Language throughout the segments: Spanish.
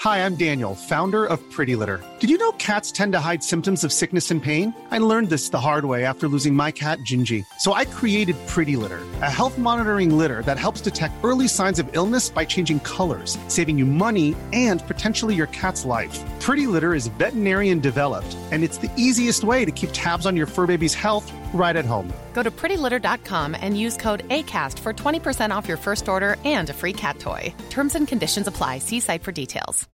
Hi, I'm Daniel, founder of Pretty Litter. Did you know cats tend to hide symptoms of sickness and pain? I learned this the hard way after losing my cat, Gingy. So I created Pretty Litter, a health monitoring litter that helps detect early signs of illness by changing colors, saving you money and potentially your cat's life. Pretty Litter is veterinarian developed, and it's the easiest way to keep tabs on your fur baby's health right at home. Go to prettylitter.com and use code ACAST for 20% off your first order and a free cat toy. Terms and conditions apply. See site for details.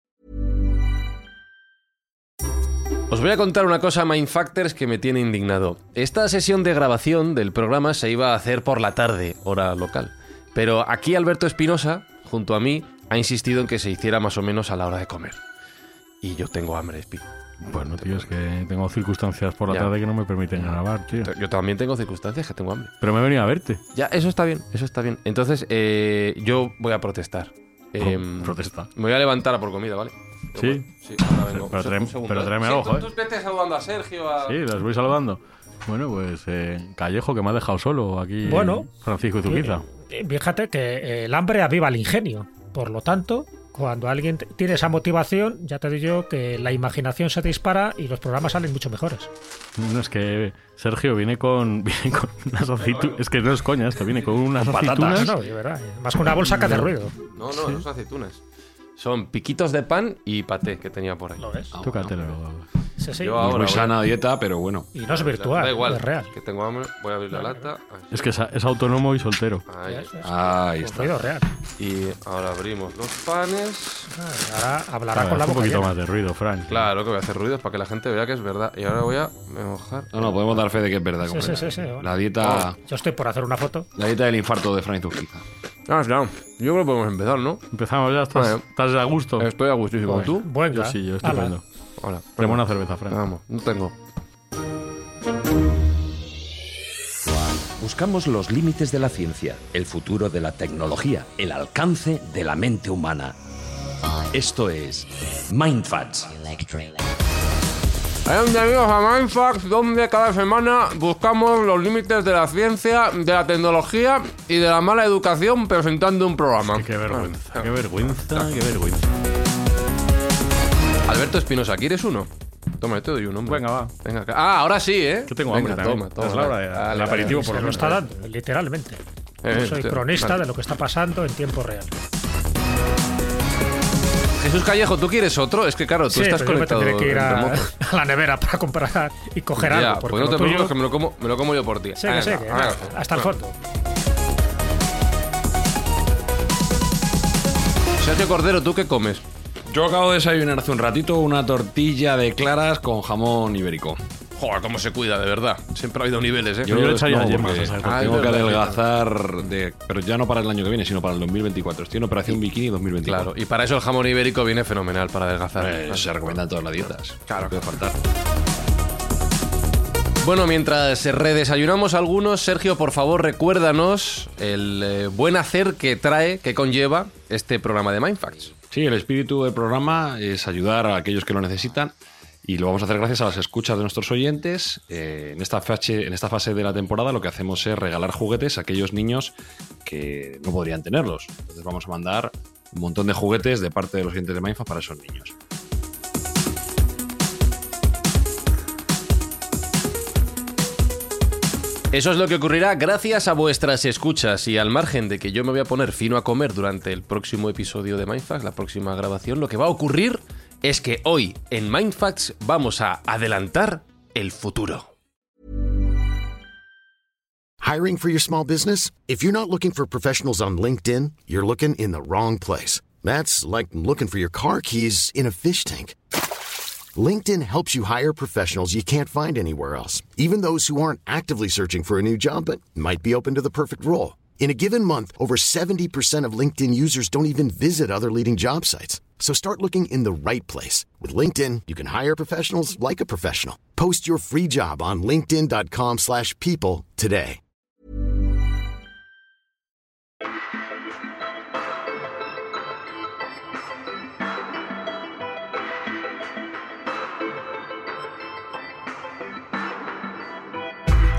Os voy a contar una cosa, Mindfactors, que me tiene indignado. Esta sesión de grabación del programa se iba a hacer por la tarde, hora local. Pero aquí Alberto Espinosa, junto a mí, ha insistido en que se hiciera más o menos a la hora de comer. Y yo tengo hambre, Espi. Bueno, tío, es que tengo circunstancias por la tarde que no me permiten grabar, tío. Yo también tengo circunstancias que tengo hambre. Pero me he venido a verte. Ya, eso está bien, eso está bien. Entonces, yo voy a protestar. Protesta. Me voy a levantar a por comida, ¿vale? ¿Sí? Sí, ahora vengo. Pero tráeme algo, joder. Tú vete saludando a Sergio, Sí, los voy saludando. Bueno, pues Callejo, que me ha dejado solo aquí. Bueno, Francisco Izuquiza. Fíjate que el hambre aviva el ingenio. Por lo tanto, cuando alguien tiene esa motivación, ya te digo yo que la imaginación se dispara y los programas salen mucho mejores. No, es que Sergio viene con unas aceitunas. Es que no es coña esto, viene con unas aceitunas. No, de verdad. Más que una bolsa que hace ruido. No, no son aceitunas. Son piquitos de pan y paté que tenía por ahí. ¿Lo ves? Tócatelo. Sí, sí. Yo ahora muy sana dieta, pero bueno. Y no es virtual, da igual, es real. que tengo hambre, voy a abrir la lata. Es que es autónomo y soltero. Ahí está. Ruido real. Y ahora abrimos los panes. Ahora hablará con la un boca poquito llena. más de ruido, Fran. Claro, que voy a hacer ruidos para que la gente vea que es verdad. Y ahora voy a mojar. No, podemos dar fe de que es verdad. Sí. La dieta... Yo estoy por hacer una foto. La dieta del infarto de Fran Izuquiza. Claro. Yo creo que podemos empezar, ¿no? Empezamos ya, estás a gusto. Estoy a gustísimo. Pues, ¿Tú? Venga. Yo sí, yo estoy viendo. Hola. Tenemos una cerveza, Fran. Vamos, no tengo. Buscamos los límites de la ciencia, el futuro de la tecnología, el alcance de la mente humana. Esto es Mindfacts. Bienvenidos a Mindfacts, donde cada semana buscamos los límites de la ciencia, de la tecnología y de la mala educación presentando un programa. Qué vergüenza, qué vergüenza. Alberto Espinosa, ¿quieres uno? Toma, te doy uno. Hombre. Venga, va. Venga, ahora sí, ¿eh? Que tengo hambre también. Toma. Es la hora del aperitivo, por Se lo lo menos. está dando, literalmente. Yo soy cronista de lo que está pasando en tiempo real. Jesús Callejo, ¿tú quieres otro? Es que claro, tú estás pero conectado. yo me tendré que ir en a remoto. la nevera para comprar y coger Ya, algo. Porque pues no te lo tuyo- preocupes que me lo como yo por ti. Sí, que sí, que nada, hasta el fondo. Sergio Cordero, ¿tú qué comes? Yo acabo de desayunar hace un ratito una tortilla de claras con jamón ibérico. Joder, cómo se cuida, de verdad. Siempre ha habido niveles, ¿eh? Yo le echaría no, yemas porque a esa Ah, tengo es que verdad, adelgazar, pero ya no para el año que viene, sino para el 2024. Estoy en Operación Bikini 2024. Claro, y para eso el jamón ibérico viene fenomenal para adelgazar. Se recomienda en todas las dietas. Claro. No puede faltar. Bueno, mientras redesayunamos algunos, Sergio, por favor, recuérdanos el buen hacer que conlleva este programa de Mindfacts. Sí, el espíritu del programa es ayudar a aquellos que lo necesitan y lo vamos a hacer gracias a las escuchas de nuestros oyentes. En esta fase de la temporada lo que hacemos es regalar juguetes a aquellos niños que no podrían tenerlos. Entonces vamos a mandar un montón de juguetes de parte de los oyentes de Mindfacts para esos niños. Eso es lo que ocurrirá gracias a vuestras escuchas y al margen de que yo me voy a poner fino a comer durante el próximo episodio de Mindfacts, la próxima grabación, lo que va a ocurrir es que hoy en Mindfacts vamos a adelantar el futuro. Hiring for your small business? If you're not looking for professionals on LinkedIn, you're looking in the wrong place. That's like looking for your car keys in a fish tank. LinkedIn helps you hire professionals you can't find anywhere else, even those who aren't actively searching for a new job but might be open to the perfect role. In a given month, over 70% of LinkedIn users don't even visit other leading job sites. So start looking in the right place. With LinkedIn, you can hire professionals like a professional. Post your free job on linkedin.com/people today.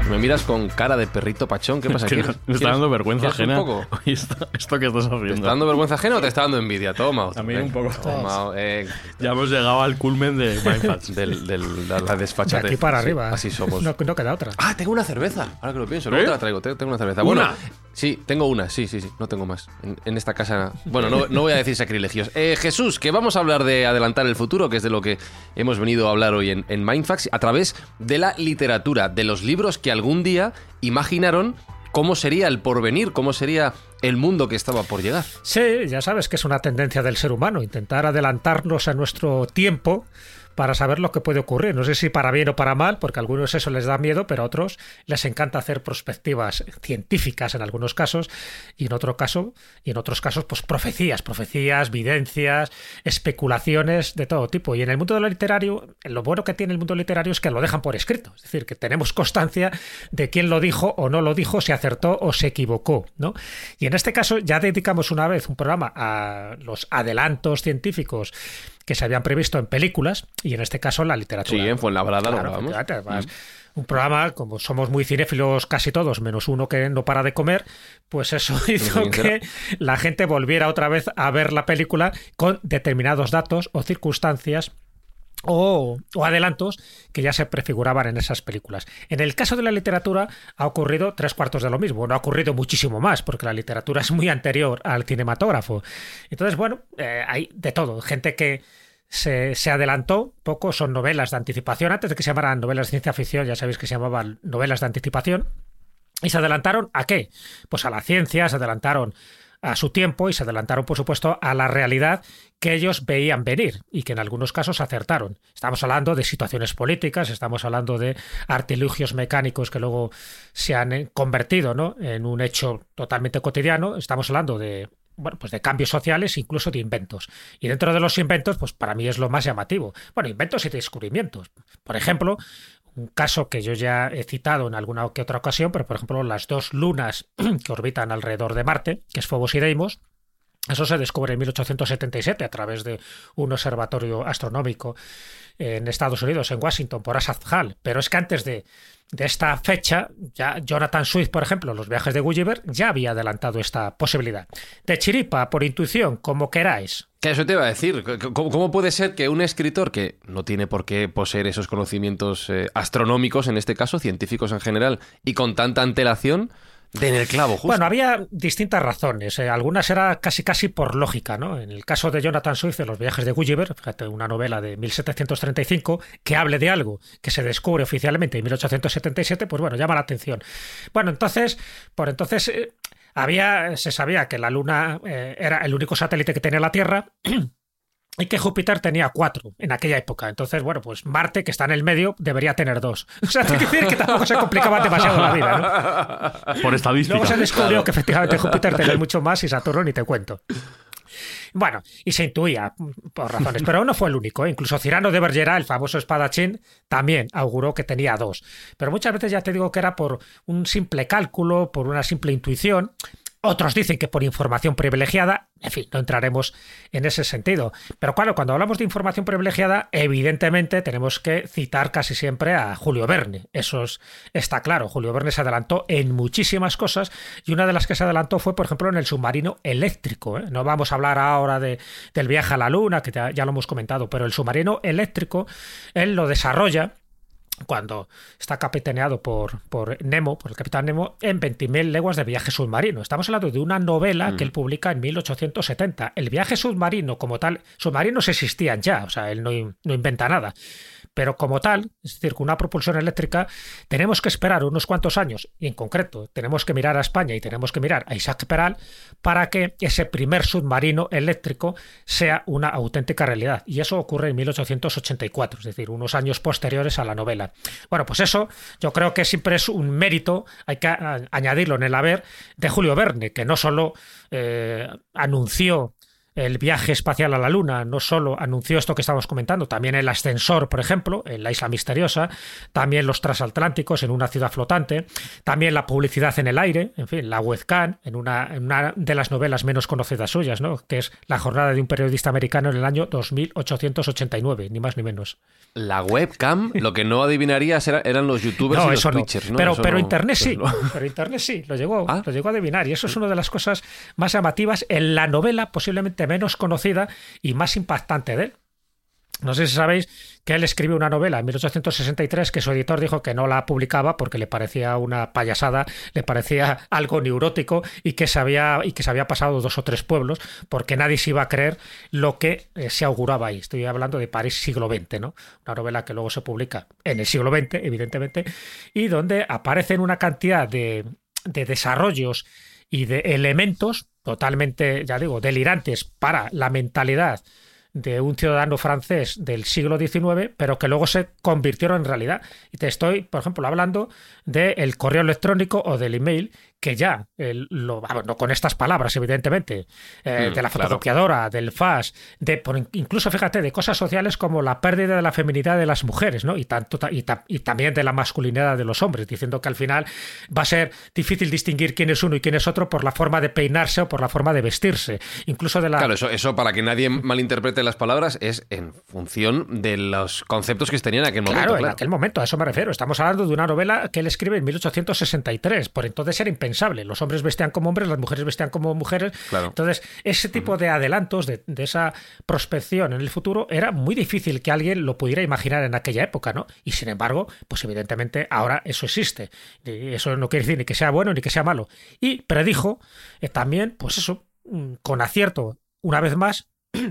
Me miras con cara de perrito pachón. ¿Qué pasa? Es que me está dando vergüenza ajena. Un poco? Oye, esto que estás haciendo. ¿Te está dando vergüenza ajena o te está dando envidia? Toma. A mí un poco. Toma, ya hemos llegado al culmen de Mindfacts. de la desfachatez. De aquí para Sí, arriba. así somos. No queda otra. Ah, tengo una cerveza. Ahora que lo pienso, luego te la traigo. Tengo una cerveza. Bueno, sí, tengo una. Sí. No tengo más. En esta casa. Bueno, no voy a decir sacrilegios. Jesús, que vamos a hablar de adelantar el futuro, que es de lo que hemos venido a hablar hoy en Mindfacts, a través de la literatura, de los libros que algún día imaginaron cómo sería el porvenir, cómo sería el mundo que estaba por llegar. Sí, ya sabes que es una tendencia del ser humano, intentar adelantarnos a nuestro tiempo para saber lo que puede ocurrir. No sé si para bien o para mal, porque a algunos eso les da miedo, pero a otros les encanta hacer prospectivas científicas en algunos casos, y en otros casos, pues profecías, videncias, especulaciones de todo tipo. Y en el mundo de lo literario, lo bueno que tiene el mundo literario es que lo dejan por escrito. Es decir, que tenemos constancia de quién lo dijo o no lo dijo, si acertó o se equivocó, ¿no? Y en este caso ya dedicamos una vez un programa a los adelantos científicos que se habían previsto en películas, y en este caso en la literatura. Sí, en Fuenlabrada lo grabamos. Además, un programa, como somos muy cinéfilos casi todos, menos uno que no para de comer, pues eso hizo que la gente volviera otra vez a ver la película con determinados datos o circunstancias o adelantos que ya se prefiguraban en esas películas. En el caso de la literatura ha ocurrido 3/4 de lo mismo. No ha ocurrido muchísimo más, porque la literatura es muy anterior al cinematógrafo. Entonces, bueno, hay de todo. Gente que se adelantó poco, son novelas de anticipación. Antes de que se llamaran novelas de ciencia ficción, ya sabéis que se llamaban novelas de anticipación. ¿Y se adelantaron a qué? Pues a la ciencia, se adelantaron a su tiempo y se adelantaron, por supuesto, a la realidad que ellos veían venir y que en algunos casos acertaron. Estamos hablando de situaciones políticas, estamos hablando de artilugios mecánicos que luego se han convertido, ¿no?, en un hecho totalmente cotidiano. Estamos hablando de, bueno, pues de cambios sociales, incluso de inventos. Y dentro de los inventos, pues para mí es lo más llamativo. Bueno, inventos y descubrimientos. Por ejemplo, un caso que yo ya he citado en alguna que otra ocasión, pero por ejemplo las dos lunas que orbitan alrededor de Marte, que es Phobos y Deimos, eso se descubre en 1877 a través de un observatorio astronómico en Estados Unidos, en Washington, por Asaph Hall. Pero es que antes de esta fecha, ya Jonathan Swift, por ejemplo, Los viajes de Gulliver, ya había adelantado esta posibilidad. De chiripa, por intuición, como queráis. Que eso te iba a decir. ¿Cómo puede ser que un escritor que no tiene por qué poseer esos conocimientos astronómicos, en este caso, científicos en general, y con tanta antelación, den el clavo, justo? Bueno, había distintas razones. Algunas era casi por lógica, ¿no? En el caso de Jonathan Swift, de Los viajes de Gulliver, fíjate, una novela de 1735, que hable de algo que se descubre oficialmente en 1877, pues bueno, llama la atención. Bueno, entonces, se sabía que la Luna era el único satélite que tenía la Tierra y que Júpiter tenía 4 en aquella época. Entonces, bueno, pues Marte, que está en el medio, debería tener 2. O sea, te quiero decir que tampoco se complicaba demasiado la vida, ¿no? Por estadística. Luego se descubrió que efectivamente Júpiter tenía mucho más y Saturno ni te cuento. Bueno, y se intuía por razones, pero no fue el único, ¿eh? Incluso Cyrano de Bergerac, el famoso espadachín, también auguró que tenía 2. Pero muchas veces ya te digo que era por un simple cálculo, por una simple intuición. Otros dicen que por información privilegiada. En fin, no entraremos en ese sentido. Pero claro, cuando hablamos de información privilegiada, evidentemente tenemos que citar casi siempre a Julio Verne. Eso está claro. Julio Verne se adelantó en muchísimas cosas, y una de las que se adelantó fue, por ejemplo, en el submarino eléctrico, ¿eh? No vamos a hablar ahora del viaje a la Luna, que ya lo hemos comentado, pero el submarino eléctrico, él lo desarrolla cuando está capitaneado por Nemo, por el capitán Nemo, en 20.000 leguas de viaje submarino. Estamos hablando de una novela que él publica en 1870. El viaje submarino como tal, submarinos existían ya, o sea, él no inventa nada. Pero como tal, es decir, con una propulsión eléctrica, tenemos que esperar unos cuantos años, y en concreto tenemos que mirar a España y tenemos que mirar a Isaac Peral para que ese primer submarino eléctrico sea una auténtica realidad. Y eso ocurre en 1884, es decir, unos años posteriores a la novela. Bueno, pues eso yo creo que siempre es un mérito, hay que añadirlo en el haber, de Julio Verne, que no solo anunció el viaje espacial a la Luna, no solo anunció esto que estamos comentando, también el ascensor, por ejemplo, en la Isla Misteriosa, también los transatlánticos en una ciudad flotante, también la publicidad en el aire, en fin, la webcam en una de las novelas menos conocidas suyas, ¿no? Que es La jornada de un periodista americano en el año 2889, ni más ni menos. La webcam, lo que no adivinarías eran los youtubers y los twitchers, ¿no? Pero Internet sí, pero Internet sí, lo llegó a adivinar, y eso es una de las cosas más llamativas en la novela posiblemente menos conocida y más impactante de él. No sé si sabéis que él escribió una novela en 1863 que su editor dijo que no la publicaba porque le parecía una payasada, le parecía algo neurótico y que se había pasado 2 o 3 pueblos porque nadie se iba a creer lo que se auguraba ahí. Estoy hablando de París siglo XX, ¿no? Una novela que luego se publica en el siglo XX, evidentemente, y donde aparecen una cantidad de desarrollos y de elementos totalmente, ya digo, delirantes para la mentalidad de un ciudadano francés del siglo XIX, pero que luego se convirtieron en realidad. Y te estoy, por ejemplo, hablando del correo electrónico o del email, que ya, no con estas palabras, evidentemente, de la fotocopiadora, del fax, incluso, fíjate, de cosas sociales como la pérdida de la feminidad de las mujeres, ¿no? Y también de la masculinidad de los hombres, diciendo que al final va a ser difícil distinguir quién es uno y quién es otro por la forma de peinarse o por la forma de vestirse. Incluso de la... Claro, eso para que nadie malinterprete las palabras es en función de los conceptos que se tenían en aquel momento. Claro, en aquel momento, a eso me refiero. Estamos hablando de una novela que él escribe en 1863. Por entonces era impensable. Los hombres vestían como hombres, las mujeres vestían como mujeres. Claro. Entonces, ese tipo de adelantos, de esa prospección en el futuro, era muy difícil que alguien lo pudiera imaginar en aquella época, ¿no? Y sin embargo, pues evidentemente ahora eso existe. Y eso no quiere decir ni que sea bueno ni que sea malo. Y predijo también, pues eso, con acierto, una vez más,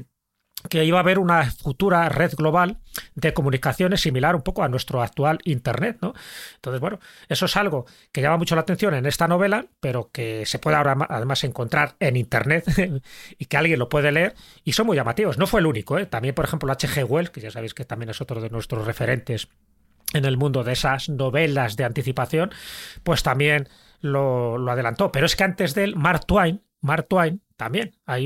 que iba a haber una futura red global de comunicaciones similar un poco a nuestro actual Internet, ¿no? Entonces, bueno, eso es algo que llama mucho la atención en esta novela, pero que se puede ahora además encontrar en Internet y que alguien lo puede leer, y son muy llamativos. No fue el único, ¿eh? También, por ejemplo, H.G. Wells, que ya sabéis que también es otro de nuestros referentes en el mundo de esas novelas de anticipación, pues también lo adelantó. Pero es que antes de él, Mark Twain también, hay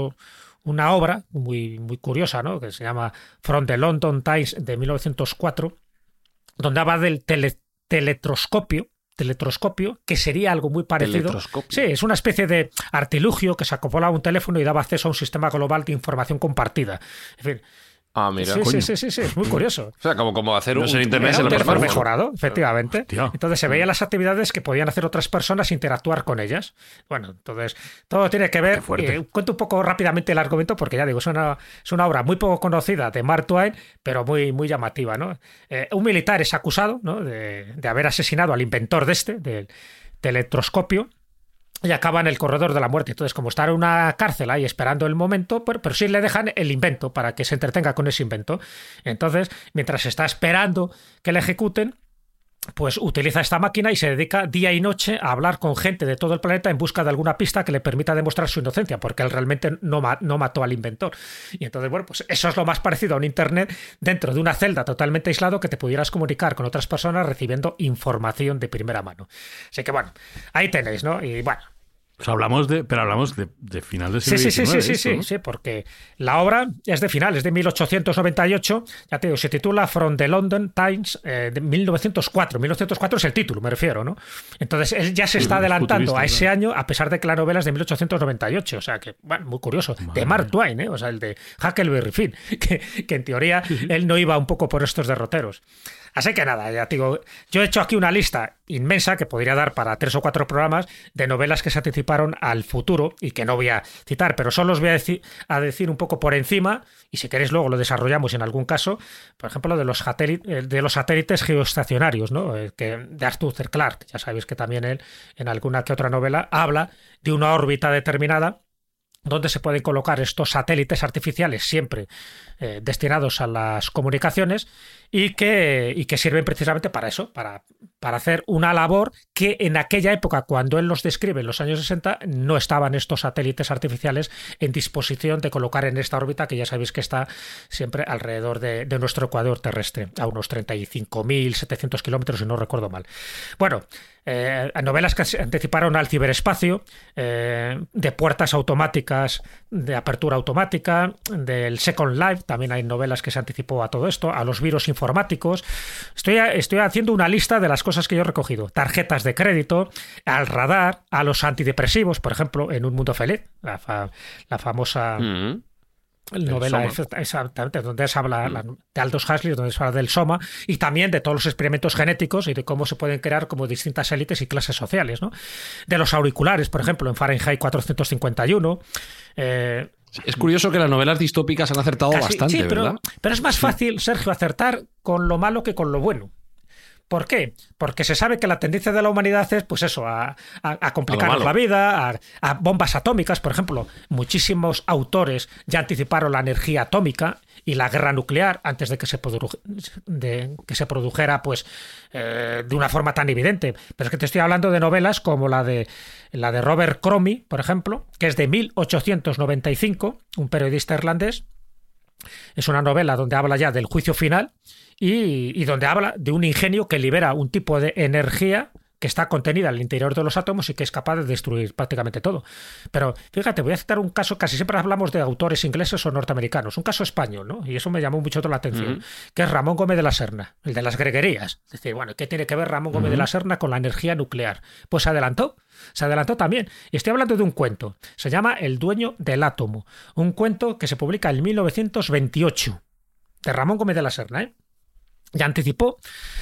una obra muy, muy curiosa, ¿no? Que se llama From the London Times de 1904, donde habla del teletroscopio, que sería algo muy parecido. Sí, es una especie de artilugio que se acoplaba a un teléfono y daba acceso a un sistema global de información compartida. En fin. Ah, mira. Sí, es muy curioso. O sea, como hacer un internet en teléfono mejorado, efectivamente. Hostia. Entonces se veían las actividades que podían hacer otras personas e interactuar con ellas. Bueno, entonces todo tiene que ver. Cuento un poco rápidamente el argumento porque ya digo, es una obra muy poco conocida de Mark Twain, pero muy, muy llamativa, ¿no? Un militar es acusado, ¿no? de haber asesinado al inventor del teletroscopio. Y acaba en el corredor de la muerte. Entonces, como está en una cárcel ahí esperando el momento, pero sí le dejan el invento para que se entretenga con ese invento. Entonces, mientras está esperando que le ejecuten, pues utiliza esta máquina y se dedica día y noche a hablar con gente de todo el planeta en busca de alguna pista que le permita demostrar su inocencia, porque él realmente no mató al inventor. Y entonces, bueno, pues eso es lo más parecido a un Internet dentro de una celda totalmente aislado que te pudieras comunicar con otras personas recibiendo información de primera mano. Así que, bueno, ahí tenéis, ¿no? Y bueno. Pues hablamos de finales del siglo XIX. Sí, porque la obra es de finales de 1898, ya te digo, se titula From the London Times de 1904. 1904 es el título, me refiero, ¿no? Entonces él ya se está adelantando a ese año, a pesar de que la novela es de 1898, o sea que, bueno, muy curioso. De Mark Twain, o sea, el de Huckleberry Finn, que en teoría él no iba un poco por estos derroteros. Así que nada, ya te digo, yo he hecho aquí una lista inmensa que podría dar para 3 o 4 programas de novelas que se anticiparon al futuro y que no voy a citar, pero solo os voy a decir un poco por encima, y si queréis luego lo desarrollamos en algún caso, por ejemplo, de los satélites geoestacionarios, ¿no? De Arthur C. Clarke. Ya sabéis que también él, en alguna que otra novela, habla de una órbita determinada donde se pueden colocar estos satélites artificiales siempre destinados a las comunicaciones y que sirven precisamente para eso, para hacer una labor que en aquella época, cuando él los describe en los años 60, no estaban estos satélites artificiales en disposición de colocar en esta órbita, que ya sabéis que está siempre alrededor de nuestro ecuador terrestre, a unos 35.700 kilómetros, si no recuerdo mal. Bueno, novelas que se anticiparon al ciberespacio, de puertas automáticas, de apertura automática, del Second Life, también hay novelas que se anticipó a todo esto, a los virus informáticos. Estoy haciendo una lista de las cosas que yo he recogido: tarjetas de crédito, al radar, a los antidepresivos, por ejemplo, en Un Mundo Feliz, la famosa... novela exactamente, donde se habla de Aldous Huxley, donde se habla del soma y también de todos los experimentos genéticos y de cómo se pueden crear como distintas élites y clases sociales, ¿no? De los auriculares, por ejemplo, en Fahrenheit 451. Es curioso que las novelas distópicas han acertado bastante, sí, ¿verdad? Pero es más fácil, Sergio, acertar con lo malo que con lo bueno. ¿Por qué? Porque se sabe que la tendencia de la humanidad es, pues eso, a complicarnos la vida, a bombas atómicas. Por ejemplo, muchísimos autores ya anticiparon la energía atómica y la guerra nuclear antes de que se produjera pues, de una forma tan evidente. Pero es que te estoy hablando de novelas como la de Robert Crumb, por ejemplo, que es de 1895, un periodista irlandés. Es una novela donde habla ya del juicio final y donde habla de un ingenio que libera un tipo de energía que está contenida en el interior de los átomos y que es capaz de destruir prácticamente todo. Pero fíjate, voy a citar un caso, casi siempre hablamos de autores ingleses o norteamericanos, un caso español, ¿no? Y eso me llamó mucho la atención, que es Ramón Gómez de la Serna, el de las greguerías. Es decir, bueno, ¿qué tiene que ver Ramón Gómez de la Serna con la energía nuclear? Pues se adelantó también. Y estoy hablando de un cuento, se llama El dueño del átomo, un cuento que se publica en 1928, de Ramón Gómez de la Serna, ¿eh? Ya anticipó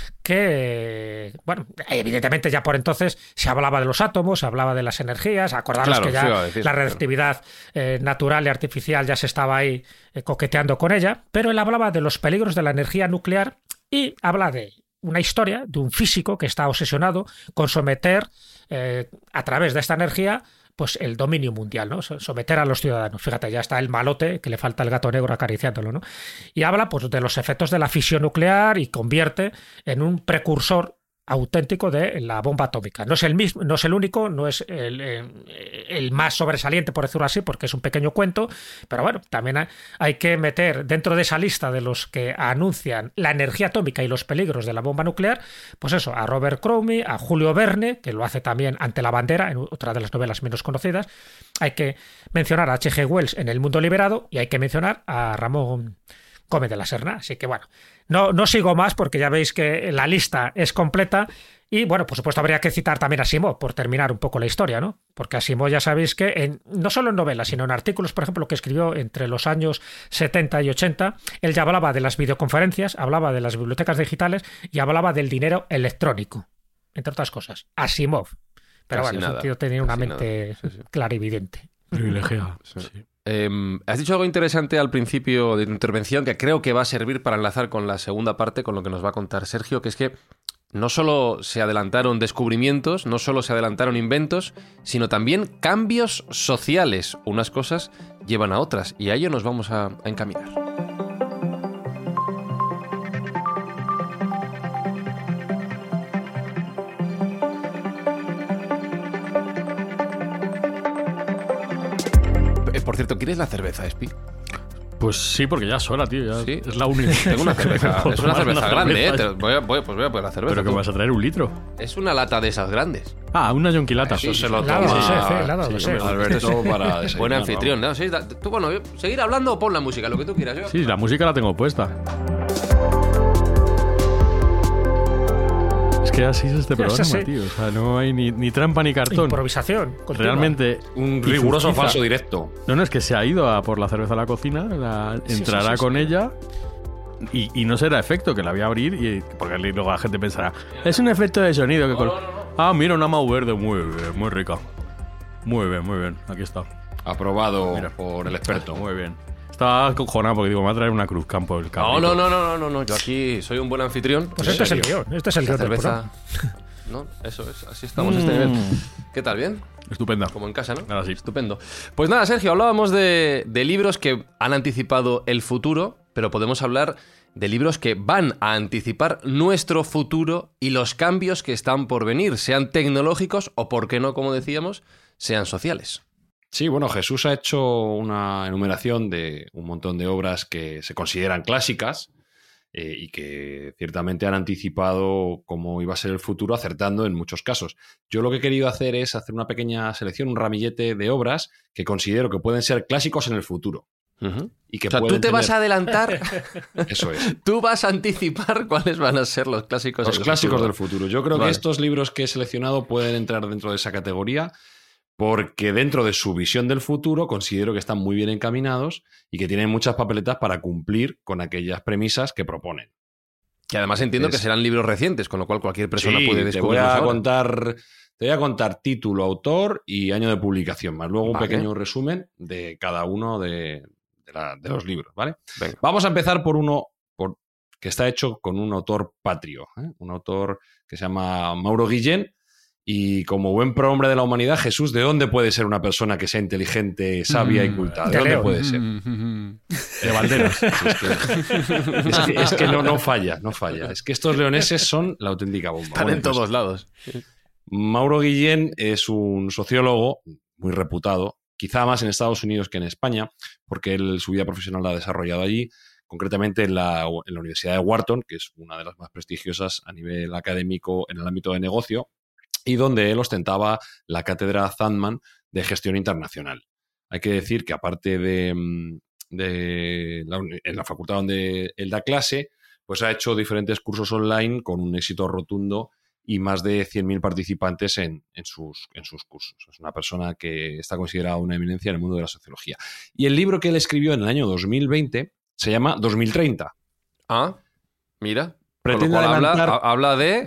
que, bueno, evidentemente ya por entonces se hablaba de los átomos, se hablaba de las energías, acordaros que ya la reactividad natural y artificial ya se estaba ahí coqueteando con ella, pero él hablaba de los peligros de la energía nuclear y habla de una historia de un físico que está obsesionado con someter a través de esta energía pues el dominio mundial, ¿no? Someter a los ciudadanos. Fíjate, ya está el malote, que le falta el gato negro acariciándolo, ¿no? Y habla pues de los efectos de la fisión nuclear y convierte en un precursor auténtico de la bomba atómica. No es el mismo, no es el único, no es el más sobresaliente, por decirlo así, porque es un pequeño cuento, pero bueno, también hay que meter dentro de esa lista de los que anuncian la energía atómica y los peligros de la bomba nuclear, pues eso, a Robert Crumb, a Julio Verne, que lo hace también Ante la bandera, en otra de las novelas menos conocidas. Hay que mencionar a H.G. Wells en El mundo liberado y hay que mencionar a Ramón Gómez de la Serna. Así que bueno, no sigo más porque ya veis que la lista es completa y bueno, por supuesto habría que citar también a Asimov por terminar un poco la historia, ¿no? Porque Asimov ya sabéis que no solo en novelas, sino en artículos, por ejemplo, que escribió entre los años 70 y 80, él ya hablaba de las videoconferencias, hablaba de las bibliotecas digitales y hablaba del dinero electrónico, entre otras cosas. Asimov. Pero casi bueno, ese tío tenía una mente clarividente. Privilegiada. Sí. Has dicho algo interesante al principio de tu intervención que creo que va a servir para enlazar con la segunda parte, con lo que nos va a contar Sergio, que es que no solo se adelantaron descubrimientos, no solo se adelantaron inventos, sino también cambios sociales. Unas cosas llevan a otras y a ello nos vamos a encaminar. Por cierto, ¿quieres la cerveza, Espi? Pues sí, porque ya es hora, tío. Ya ¿Sí? Es la única. Tengo una cerveza. Es una cerveza grande, ¿eh? Voy a por la cerveza. ¿Pero que me vas a traer un litro? Es una lata de esas grandes. Ah, una yonquilata. Eso se lo Claro, toma sí, Alberto para desayunar. buen anfitrión, ¿no? Sí, tú, bueno, seguir hablando o pon la música, lo que tú quieras. Yo. Sí, la música la tengo puesta. Es que así es este programa, tío. O sea, no hay ni trampa ni cartón. Improvisación. Continua. Realmente. Un riguroso falso directo. No, es que se ha ido a por la cerveza a la cocina, entrará con ella y no será efecto, que la voy a abrir porque luego la gente pensará, es un efecto de sonido. Que Ah, mira, una Mau verde, muy bien, muy rica. Muy bien, aquí está. Aprobado por el experto. Muy bien. Estaba acojonado porque digo, me va a traer una Cruz Campo el cabrito. No, yo aquí soy un buen anfitrión. Pues este es el guión, este es el guión del cerveza. No, eso es, así estamos este nivel. ¿Qué tal, bien? Estupenda. Como en casa, ¿no? Ahora sí. Estupendo. Pues nada, Sergio, hablábamos de libros que han anticipado el futuro, pero podemos hablar de libros que van a anticipar nuestro futuro y los cambios que están por venir, sean tecnológicos o, por qué no, como decíamos, sean sociales. Sí, bueno, Jesús ha hecho una enumeración de un montón de obras que se consideran clásicas y que ciertamente han anticipado cómo iba a ser el futuro, acertando en muchos casos. Yo lo que he querido hacer es hacer una pequeña selección, un ramillete de obras que considero que pueden ser clásicos en el futuro. Y que o sea, tú te vas a adelantar. Eso es. Tú vas a anticipar cuáles van a ser los clásicos del futuro. Yo creo que estos libros que he seleccionado pueden entrar dentro de esa categoría, porque dentro de su visión del futuro considero que están muy bien encaminados y que tienen muchas papeletas para cumplir con aquellas premisas que proponen. Que además entiendo que serán libros recientes, con lo cual cualquier persona puede descubrirlos. Te voy a contar título, autor y año de publicación, más luego un pequeño resumen de cada uno de los libros, ¿vale? Venga. Vamos a empezar por uno que está hecho con un autor patrio, un autor que se llama Mauro Guillén. Y como buen prohombre de la humanidad, Jesús, ¿de dónde puede ser una persona que sea inteligente, sabia y culta? ¿De dónde puede ser? De Banderas. Es que no falla. Es que estos leoneses son la auténtica bomba. Están en todos lados. Mauro Guillén es un sociólogo muy reputado, quizá más en Estados Unidos que en España, porque él su vida profesional la ha desarrollado allí, concretamente en la Universidad de Wharton, que es una de las más prestigiosas a nivel académico en el ámbito de negocio, y donde él ostentaba la cátedra Zandman de gestión internacional. Hay que decir que aparte en la facultad donde él da clase, pues ha hecho diferentes cursos online con un éxito rotundo y más de 100.000 participantes en sus cursos. Es una persona que está considerada una eminencia en el mundo de la sociología. Y el libro que él escribió en el año 2020 se llama 2030. Ah, mira. Pretende adelantar... habla de...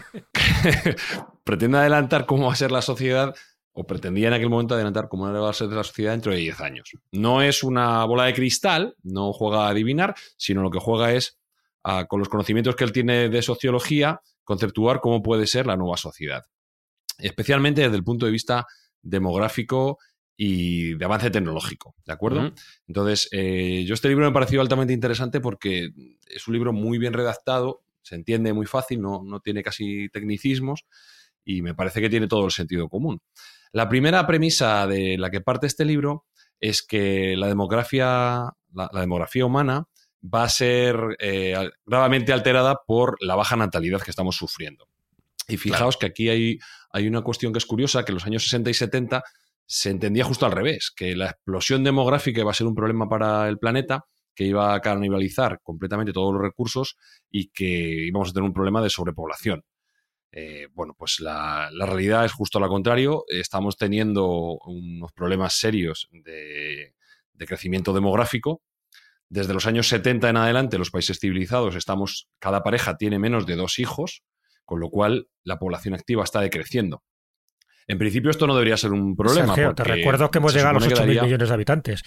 pretende adelantar cómo va a ser la sociedad, o pretendía en aquel momento adelantar cómo va a ser la sociedad dentro de 10 años. No es una bola de cristal, no juega a adivinar, sino lo que juega es, con los conocimientos que él tiene de sociología, conceptuar cómo puede ser la nueva sociedad. Especialmente desde el punto de vista demográfico y de avance tecnológico, ¿de acuerdo? Uh-huh. Entonces, yo este libro me ha parecido altamente interesante porque es un libro muy bien redactado, se entiende muy fácil, no tiene casi tecnicismos y me parece que tiene todo el sentido común. La primera premisa de la que parte este libro es que la demografía humana va a ser gravemente alterada por la baja natalidad que estamos sufriendo. Y fijaos que aquí hay una cuestión que es curiosa, que en los años 60 y 70 se entendía justo al revés, que la explosión demográfica iba a ser un problema para el planeta, que iba a canibalizar completamente todos los recursos y que íbamos a tener un problema de sobrepoblación. Bueno, pues la realidad es justo lo contrario. Estamos teniendo unos problemas serios de crecimiento demográfico. Desde los años 70 en adelante, los países civilizados, cada pareja tiene menos de 2 hijos, con lo cual la población activa está decreciendo. En principio esto no debería ser un problema. Sergio, te recuerdo que hemos llegado a los 8.000 millones de habitantes.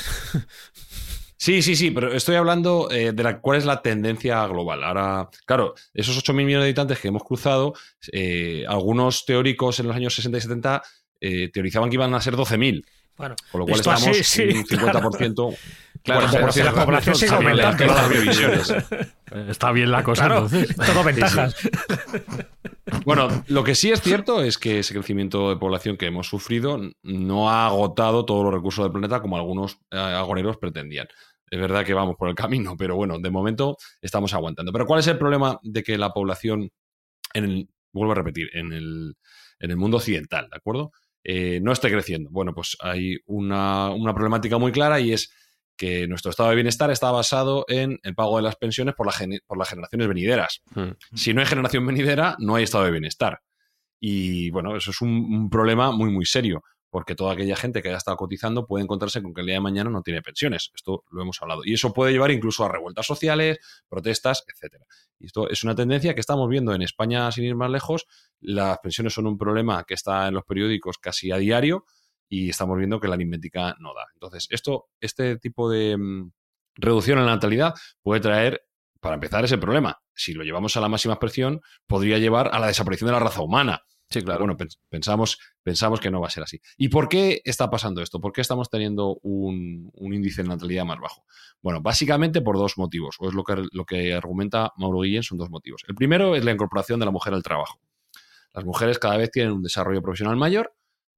Sí, pero estoy hablando de cuál es la tendencia global. Ahora, claro, esos 8.000 millones de habitantes que hemos cruzado, algunos teóricos en los años 60 y 70 teorizaban que iban a ser 12.000. Bueno, con lo cual estamos en un 50%. Claro, 40% la población sigue aumentando. Las previsiones. Está bien la cosa, claro, entonces. Todo ventajas. Sí. Bueno, lo que sí es cierto es que ese crecimiento de población que hemos sufrido no ha agotado todos los recursos del planeta como algunos agoreros pretendían. Es verdad que vamos por el camino, pero bueno, de momento estamos aguantando. Pero ¿cuál es el problema de que la población, vuelvo a repetir, en el mundo occidental, ¿de acuerdo? No esté creciendo. Bueno, pues hay una problemática muy clara y es que nuestro estado de bienestar está basado en el pago de las pensiones por las generaciones venideras. Si no hay generación venidera, no hay estado de bienestar. Y bueno, eso es un problema muy, muy serio, porque toda aquella gente que haya estado cotizando puede encontrarse con que el día de mañana no tiene pensiones. Esto lo hemos hablado. Y eso puede llevar incluso a revueltas sociales, protestas, etcétera. Y esto es una tendencia que estamos viendo en España sin ir más lejos. Las pensiones son un problema que está en los periódicos casi a diario y estamos viendo que la aritmética no da. Entonces, este tipo de reducción en la natalidad puede traer, para empezar, ese problema. Si lo llevamos a la máxima expresión, podría llevar a la desaparición de la raza humana. Sí, claro. Pero bueno, pensamos que no va a ser así. ¿Y por qué está pasando esto? ¿Por qué estamos teniendo un índice de natalidad más bajo? Bueno, básicamente por dos motivos, o es lo que argumenta Mauro Guillén, son dos motivos. El primero es la incorporación de la mujer al trabajo. Las mujeres cada vez tienen un desarrollo profesional mayor,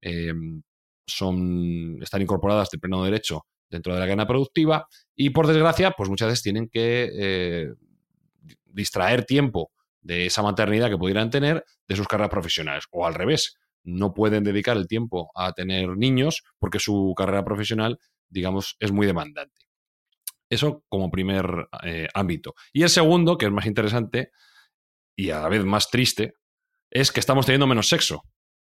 están incorporadas de pleno derecho dentro de la cadena productiva y, por desgracia, pues muchas veces tienen que distraer tiempo de esa maternidad que pudieran tener de sus carreras profesionales. O al revés, no pueden dedicar el tiempo a tener niños porque su carrera profesional, digamos, es muy demandante. Eso como primer ámbito. Y el segundo, que es más interesante y a la vez más triste, es que estamos teniendo menos sexo.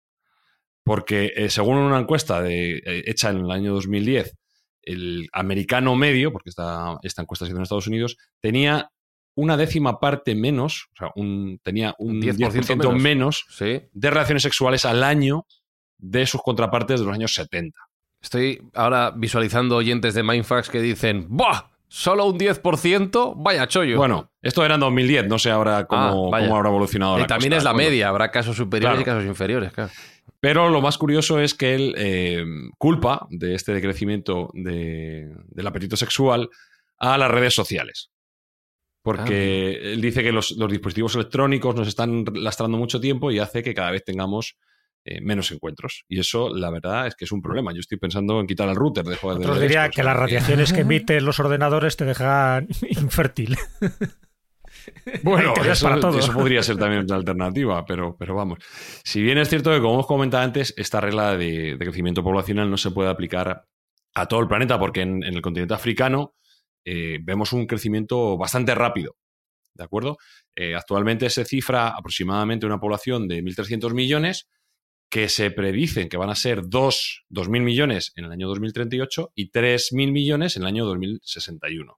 Porque según una encuesta hecha en el año 2010, el americano medio, porque esta encuesta se hizo en Estados Unidos, tenía una décima parte menos, o sea, tenía un 10% menos ¿sí? de relaciones sexuales al año de sus contrapartes de los años 70. Estoy ahora visualizando oyentes de Mindfax que dicen ¡buah! ¿Solo un 10%? Vaya chollo. Bueno, esto era en 2010, no sé ahora cómo habrá evolucionado la cosa. Y también es la media, habrá casos superiores y casos inferiores, claro. Pero lo más curioso es que él culpa de este decrecimiento del apetito sexual a las redes sociales. Porque él dice que los dispositivos electrónicos nos están lastrando mucho tiempo y hace que cada vez tengamos menos encuentros. Y eso, la verdad, es que es un problema. Yo estoy pensando en quitar el router. Otros diría que las radiaciones que emiten los ordenadores te dejan infértil. Bueno, eso podría ser también una alternativa, pero vamos. Si bien es cierto que, como hemos comentado antes, esta regla de crecimiento poblacional no se puede aplicar a todo el planeta, porque en el continente africano vemos un crecimiento bastante rápido, ¿de acuerdo? Actualmente se cifra aproximadamente una población de 1.300 millones, que se predicen que van a ser 2.000 millones en el año 2038 y 3.000 millones en el año 2061.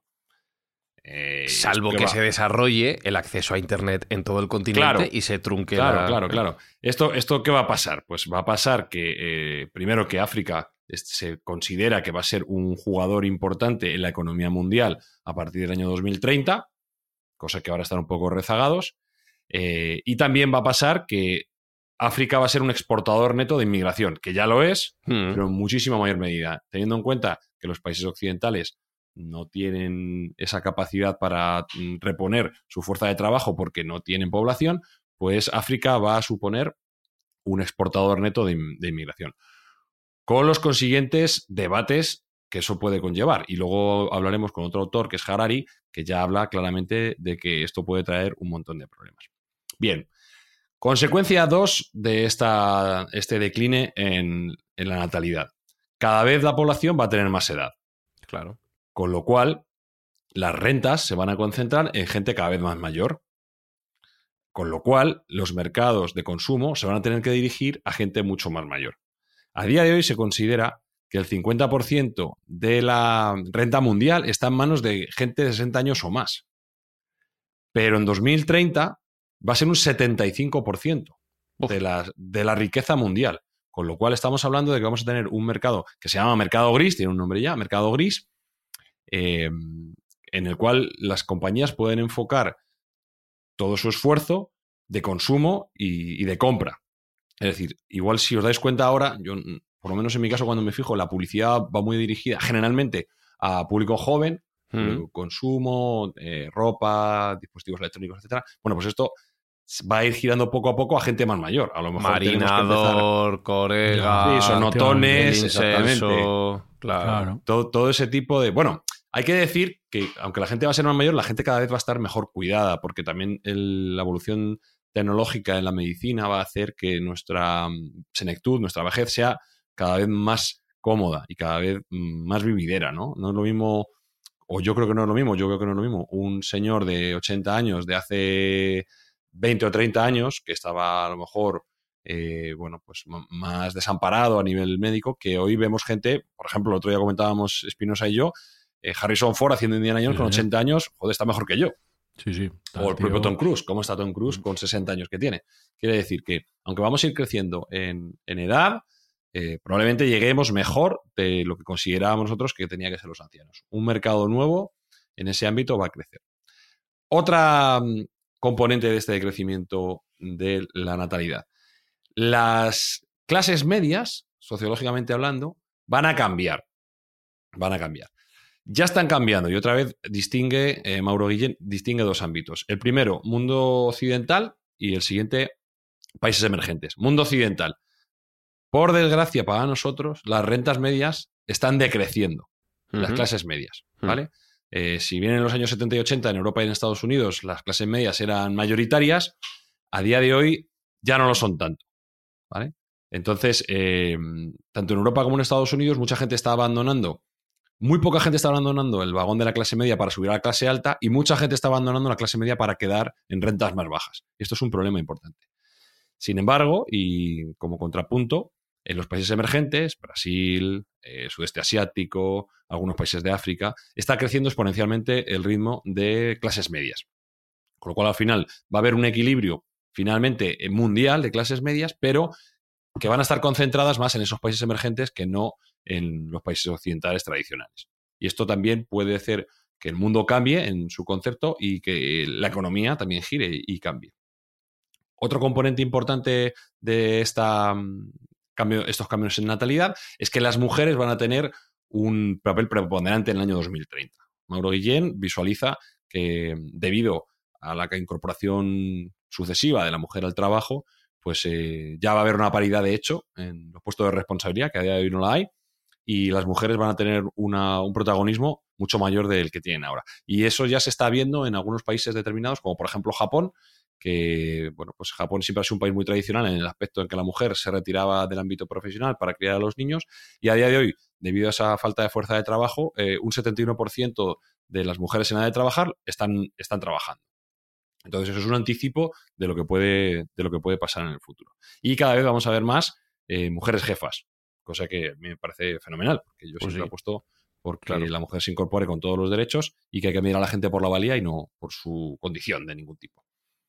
Salvo que se desarrolle el acceso a Internet en todo el continente y se trunque Claro. ¿Esto qué va a pasar? Pues va a pasar que, primero, que África se considera que va a ser un jugador importante en la economía mundial a partir del año 2030, cosa que ahora están un poco rezagados, y también va a pasar que África va a ser un exportador neto de inmigración, que ya lo es, pero en muchísima mayor medida, teniendo en cuenta que los países occidentales no tienen esa capacidad para reponer su fuerza de trabajo porque no tienen población, pues África va a suponer un exportador neto de inmigración, con los consiguientes debates que eso puede conllevar. Y luego hablaremos con otro autor, que es Harari, que ya habla claramente de que esto puede traer un montón de problemas. Bien, consecuencia 2 de este decline en la natalidad. Cada vez la población va a tener más edad. Claro. Con lo cual, las rentas se van a concentrar en gente cada vez más mayor. Con lo cual, los mercados de consumo se van a tener que dirigir a gente mucho más mayor. A día de hoy se considera que el 50% de la renta mundial está en manos de gente de 60 años o más. Pero en 2030 va a ser un 75% de la riqueza mundial. Con lo cual estamos hablando de que vamos a tener un mercado que se llama mercado gris, tiene un nombre ya, mercado gris, en el cual las compañías pueden enfocar todo su esfuerzo de consumo y de compra. Es decir, igual si os dais cuenta ahora, yo por lo menos en mi caso cuando me fijo, la publicidad va muy dirigida generalmente a público joven, consumo, ropa, dispositivos electrónicos, etcétera. Bueno, pues esto va a ir girando poco a poco a gente más mayor. A lo mejor Marinador, Corega, sonotones, exactamente. Claro. Todo ese tipo de... Bueno, hay que decir que aunque la gente va a ser más mayor, la gente cada vez va a estar mejor cuidada, porque también la evolución tecnológica en la medicina va a hacer que nuestra senectud, nuestra vejez, sea cada vez más cómoda y cada vez más vividera, ¿no? No es lo mismo, o yo creo que no es lo mismo, un señor de 80 años de hace 20 o 30 años que estaba a lo mejor pues más desamparado a nivel médico, que hoy vemos gente, por ejemplo, el otro día comentábamos Espinosa y yo, Harrison Ford haciendo Indiana Jones con 80 años, joder, está mejor que yo. Sí. O el propio Tom Cruise. ¿Cómo está Tom Cruise con 60 años que tiene? Quiere decir que, aunque vamos a ir creciendo en edad, probablemente lleguemos mejor de lo que considerábamos nosotros que tenía que ser los ancianos. Un mercado nuevo en ese ámbito va a crecer. Otra componente de este decrecimiento de la natalidad. Las clases medias, sociológicamente hablando, van a cambiar. Ya están cambiando y otra vez Mauro Guillén distingue dos ámbitos. El primero, mundo occidental, y el siguiente, países emergentes. Mundo occidental. Por desgracia para nosotros, las rentas medias están decreciendo. Las clases medias, ¿vale? Si bien en los años 70 y 80 en Europa y en Estados Unidos las clases medias eran mayoritarias, a día de hoy ya no lo son tanto, ¿vale? Entonces, tanto en Europa como en Estados Unidos, muy poca gente está abandonando el vagón de la clase media para subir a la clase alta y mucha gente está abandonando la clase media para quedar en rentas más bajas. Y esto es un problema importante. Sin embargo, y como contrapunto, en los países emergentes, Brasil, sudeste asiático, algunos países de África, está creciendo exponencialmente el ritmo de clases medias. Con lo cual, al final, va a haber un equilibrio finalmente mundial de clases medias, pero que van a estar concentradas más en esos países emergentes que no en los países occidentales tradicionales. Y esto también puede hacer que el mundo cambie en su concepto y que la economía también gire y cambie. Otro componente importante de estos cambios en natalidad es que las mujeres van a tener un papel preponderante en el año 2030. Mauro Guillén visualiza que debido a la incorporación sucesiva de la mujer al trabajo, pues ya va a haber una paridad de hecho en los puestos de responsabilidad, que a día de hoy no la hay, y las mujeres van a tener un protagonismo mucho mayor del que tienen ahora. Y eso ya se está viendo en algunos países determinados, como por ejemplo Japón, que bueno, pues Japón siempre ha sido un país muy tradicional en el aspecto en que la mujer se retiraba del ámbito profesional para criar a los niños, y a día de hoy, debido a esa falta de fuerza de trabajo, un 71% de las mujeres en edad de trabajar están trabajando. Entonces eso es un anticipo de lo que puede pasar en el futuro. Y cada vez vamos a ver más mujeres jefas, cosa que me parece fenomenal, porque yo siempre apuesto porque la mujer se incorpore con todos los derechos y que hay que medir a la gente por la valía y no por su condición de ningún tipo.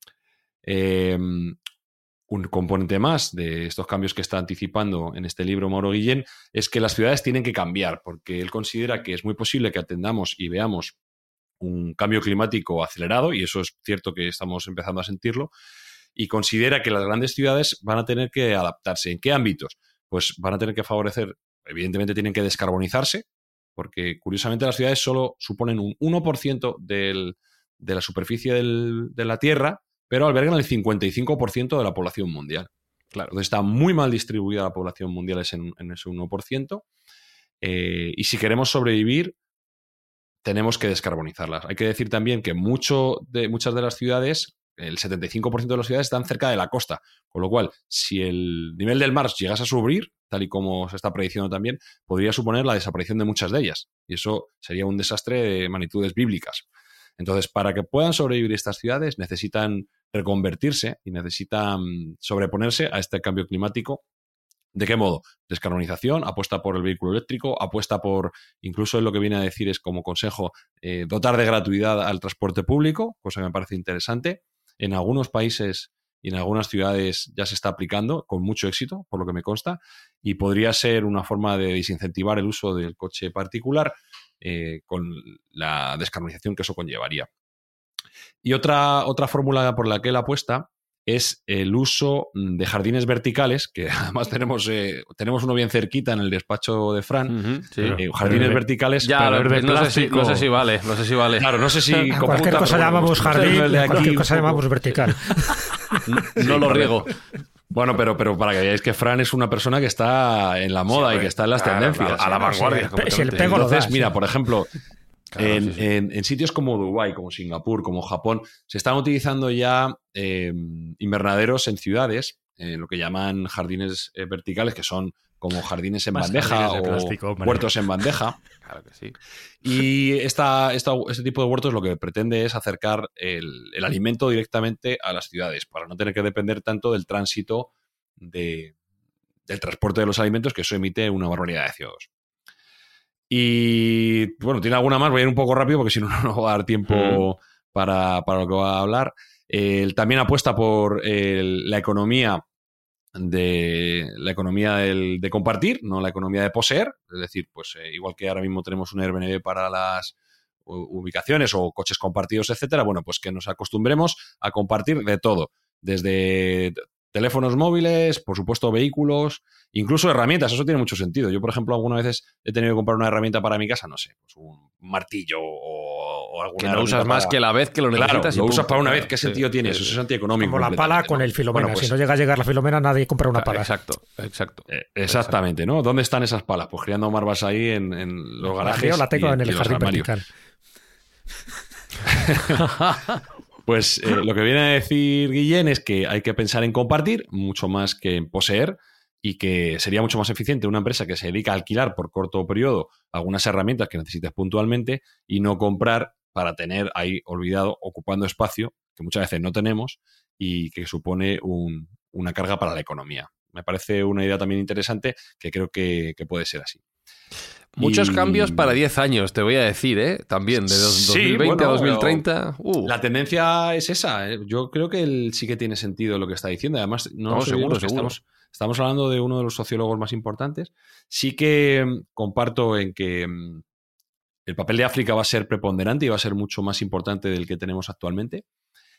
Un componente más de estos cambios que está anticipando en este libro Mauro Guillén es que las ciudades tienen que cambiar, porque él considera que es muy posible que atendamos y veamos un cambio climático acelerado, y eso es cierto que estamos empezando a sentirlo, y considera que las grandes ciudades van a tener que adaptarse. ¿En qué ámbitos? Pues van a tener que favorecer, evidentemente tienen que descarbonizarse, porque curiosamente las ciudades solo suponen un 1% de la superficie de la Tierra, pero albergan el 55% de la población mundial. Claro, entonces está muy mal distribuida la población mundial en ese 1%, y si queremos sobrevivir, tenemos que descarbonizarlas. Hay que decir también que muchas de las ciudades, el 75% de las ciudades están cerca de la costa, con lo cual, si el nivel del mar llegase a subir, tal y como se está prediciendo también, podría suponer la desaparición de muchas de ellas. Y eso sería un desastre de magnitudes bíblicas. Entonces, para que puedan sobrevivir estas ciudades, necesitan reconvertirse y necesitan sobreponerse a este cambio climático. ¿De qué modo? Descarbonización, apuesta por el vehículo eléctrico, apuesta por, incluso lo que viene a decir es como consejo, dotar de gratuidad al transporte público, cosa que me parece interesante. En algunos países y en algunas ciudades ya se está aplicando con mucho éxito, por lo que me consta, y podría ser una forma de desincentivar el uso del coche particular con la descarbonización que eso conllevaría. Y otra fórmula por la que él apuesta es el uso de jardines verticales, que además tenemos uno bien cerquita en el despacho de Fran. Jardines verticales. Ya, no sé si vale. Claro, no sé si... Cualquier cosa llamamos jardín, cualquier cosa llamamos vertical. No lo riego. Bueno, pero para que veáis que Fran es una persona que está en la moda y que está en las tendencias. A la vanguardia. Si el pego lo Entonces, das, mira, por ejemplo... Claro, en sitios como Dubái, como Singapur, como Japón, se están utilizando ya invernaderos en ciudades, lo que llaman jardines verticales, que son como jardines en bandeja o plástico, huertos en bandeja. Claro que sí. Y este tipo de huertos lo que pretende es acercar el alimento directamente a las ciudades, para no tener que depender tanto del tránsito del transporte de los alimentos, que eso emite una barbaridad de CO2. Y bueno, tiene alguna más, voy a ir un poco rápido porque si no, no va a dar tiempo para lo que va a hablar. Él también apuesta por la economía de compartir, no la economía de poseer. Es decir, pues igual que ahora mismo tenemos un Airbnb para las ubicaciones o coches compartidos, etcétera, bueno, pues que nos acostumbremos a compartir de todo, desde teléfonos móviles, por supuesto vehículos, incluso herramientas. Eso tiene mucho sentido. Yo, por ejemplo, algunas veces he tenido que comprar una herramienta para mi casa, no sé, pues un martillo o alguna que no usas más que la vez que lo necesitas. Claro, lo usas para una vez. ¿Qué sentido tiene eso? Eso es antieconómico. Como la pala con el Filomena. Bueno, pues, si no llega a llegar la Filomena, nadie compra una pala. Exacto. Exactamente, ¿no? ¿Dónde están esas palas? Pues criando marvas ahí en los garajes. Yo la tengo en el jardín vertical. Pues lo que viene a decir Guillén es que hay que pensar en compartir mucho más que en poseer, y que sería mucho más eficiente una empresa que se dedica a alquilar por corto periodo algunas herramientas que necesites puntualmente y no comprar para tener ahí olvidado, ocupando espacio que muchas veces no tenemos y que supone una carga para la economía. Me parece una idea también interesante que creo que puede ser así. Muchos cambios para 10 años, te voy a decir, ¿eh? También, de 2020 a 2030. La tendencia es esa. Yo creo que sí que tiene sentido lo que está diciendo. Además, seguro. Estamos hablando de uno de los sociólogos más importantes. Sí que comparto en que el papel de África va a ser preponderante y va a ser mucho más importante del que tenemos actualmente.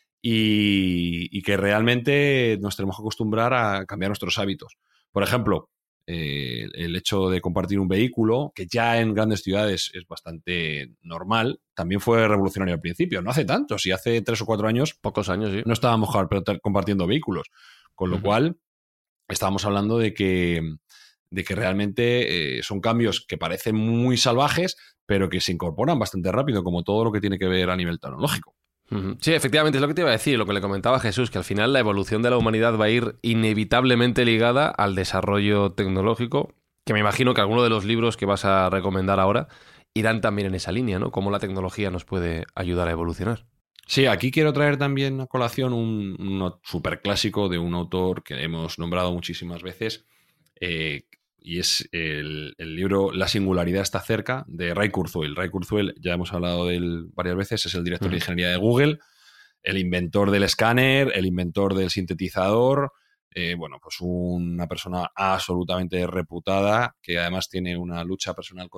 Y que realmente nos tenemos que acostumbrar a cambiar nuestros hábitos. Por ejemplo, el hecho de compartir un vehículo, que ya en grandes ciudades es bastante normal, también fue revolucionario al principio. No hace tanto, si hace 3 o 4 años, pocos años, sí, no estábamos compartiendo vehículos. Con lo cual, estábamos hablando de que realmente son cambios que parecen muy salvajes, pero que se incorporan bastante rápido, como todo lo que tiene que ver a nivel tecnológico. Sí, efectivamente, es lo que te iba a decir, lo que le comentaba Jesús, que al final la evolución de la humanidad va a ir inevitablemente ligada al desarrollo tecnológico, que me imagino que alguno de los libros que vas a recomendar ahora irán también en esa línea, ¿no? Cómo la tecnología nos puede ayudar a evolucionar. Sí, aquí quiero traer también a colación un superclásico de un autor que hemos nombrado muchísimas veces, y es el libro La singularidad está cerca, de Ray Kurzweil. Ray Kurzweil, ya hemos hablado de él varias veces, es el director de ingeniería de Google, el inventor del escáner, el inventor del sintetizador, pues una persona absolutamente reputada, que además tiene una lucha personal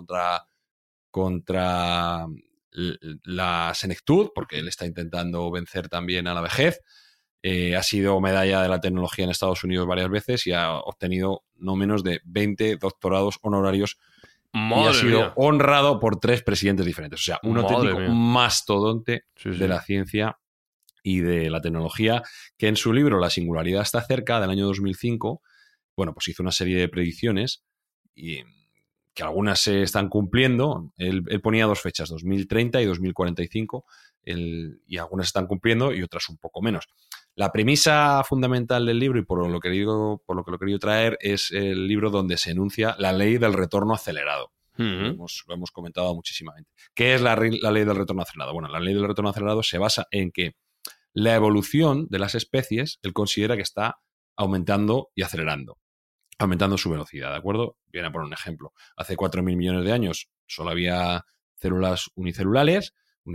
contra la senectud, porque él está intentando vencer también a la vejez. Ha sido medalla de la tecnología en Estados Unidos varias veces y ha obtenido no menos de 20 doctorados honorarios. ¡Madre y ha sido mía! honrado por 3 presidentes diferentes. O sea, un auténtico mastodonte de la ciencia y de la tecnología, que en su libro La singularidad está cerca, del año 2005, pues hizo una serie de predicciones y que algunas se están cumpliendo. Él ponía 2 fechas, 2030 y 2045, y algunas se están cumpliendo y otras un poco menos. La premisa fundamental del libro, y por lo que lo he querido traer, es el libro donde se enuncia la ley del retorno acelerado. Lo hemos comentado muchísimamente. ¿Qué es la ley del retorno acelerado? Bueno, la ley del retorno acelerado se basa en que la evolución de las especies, él considera que está aumentando y acelerando, aumentando su velocidad, ¿de acuerdo? Viene a poner un ejemplo. Hace 4.000 millones de años solo había células unicelulares,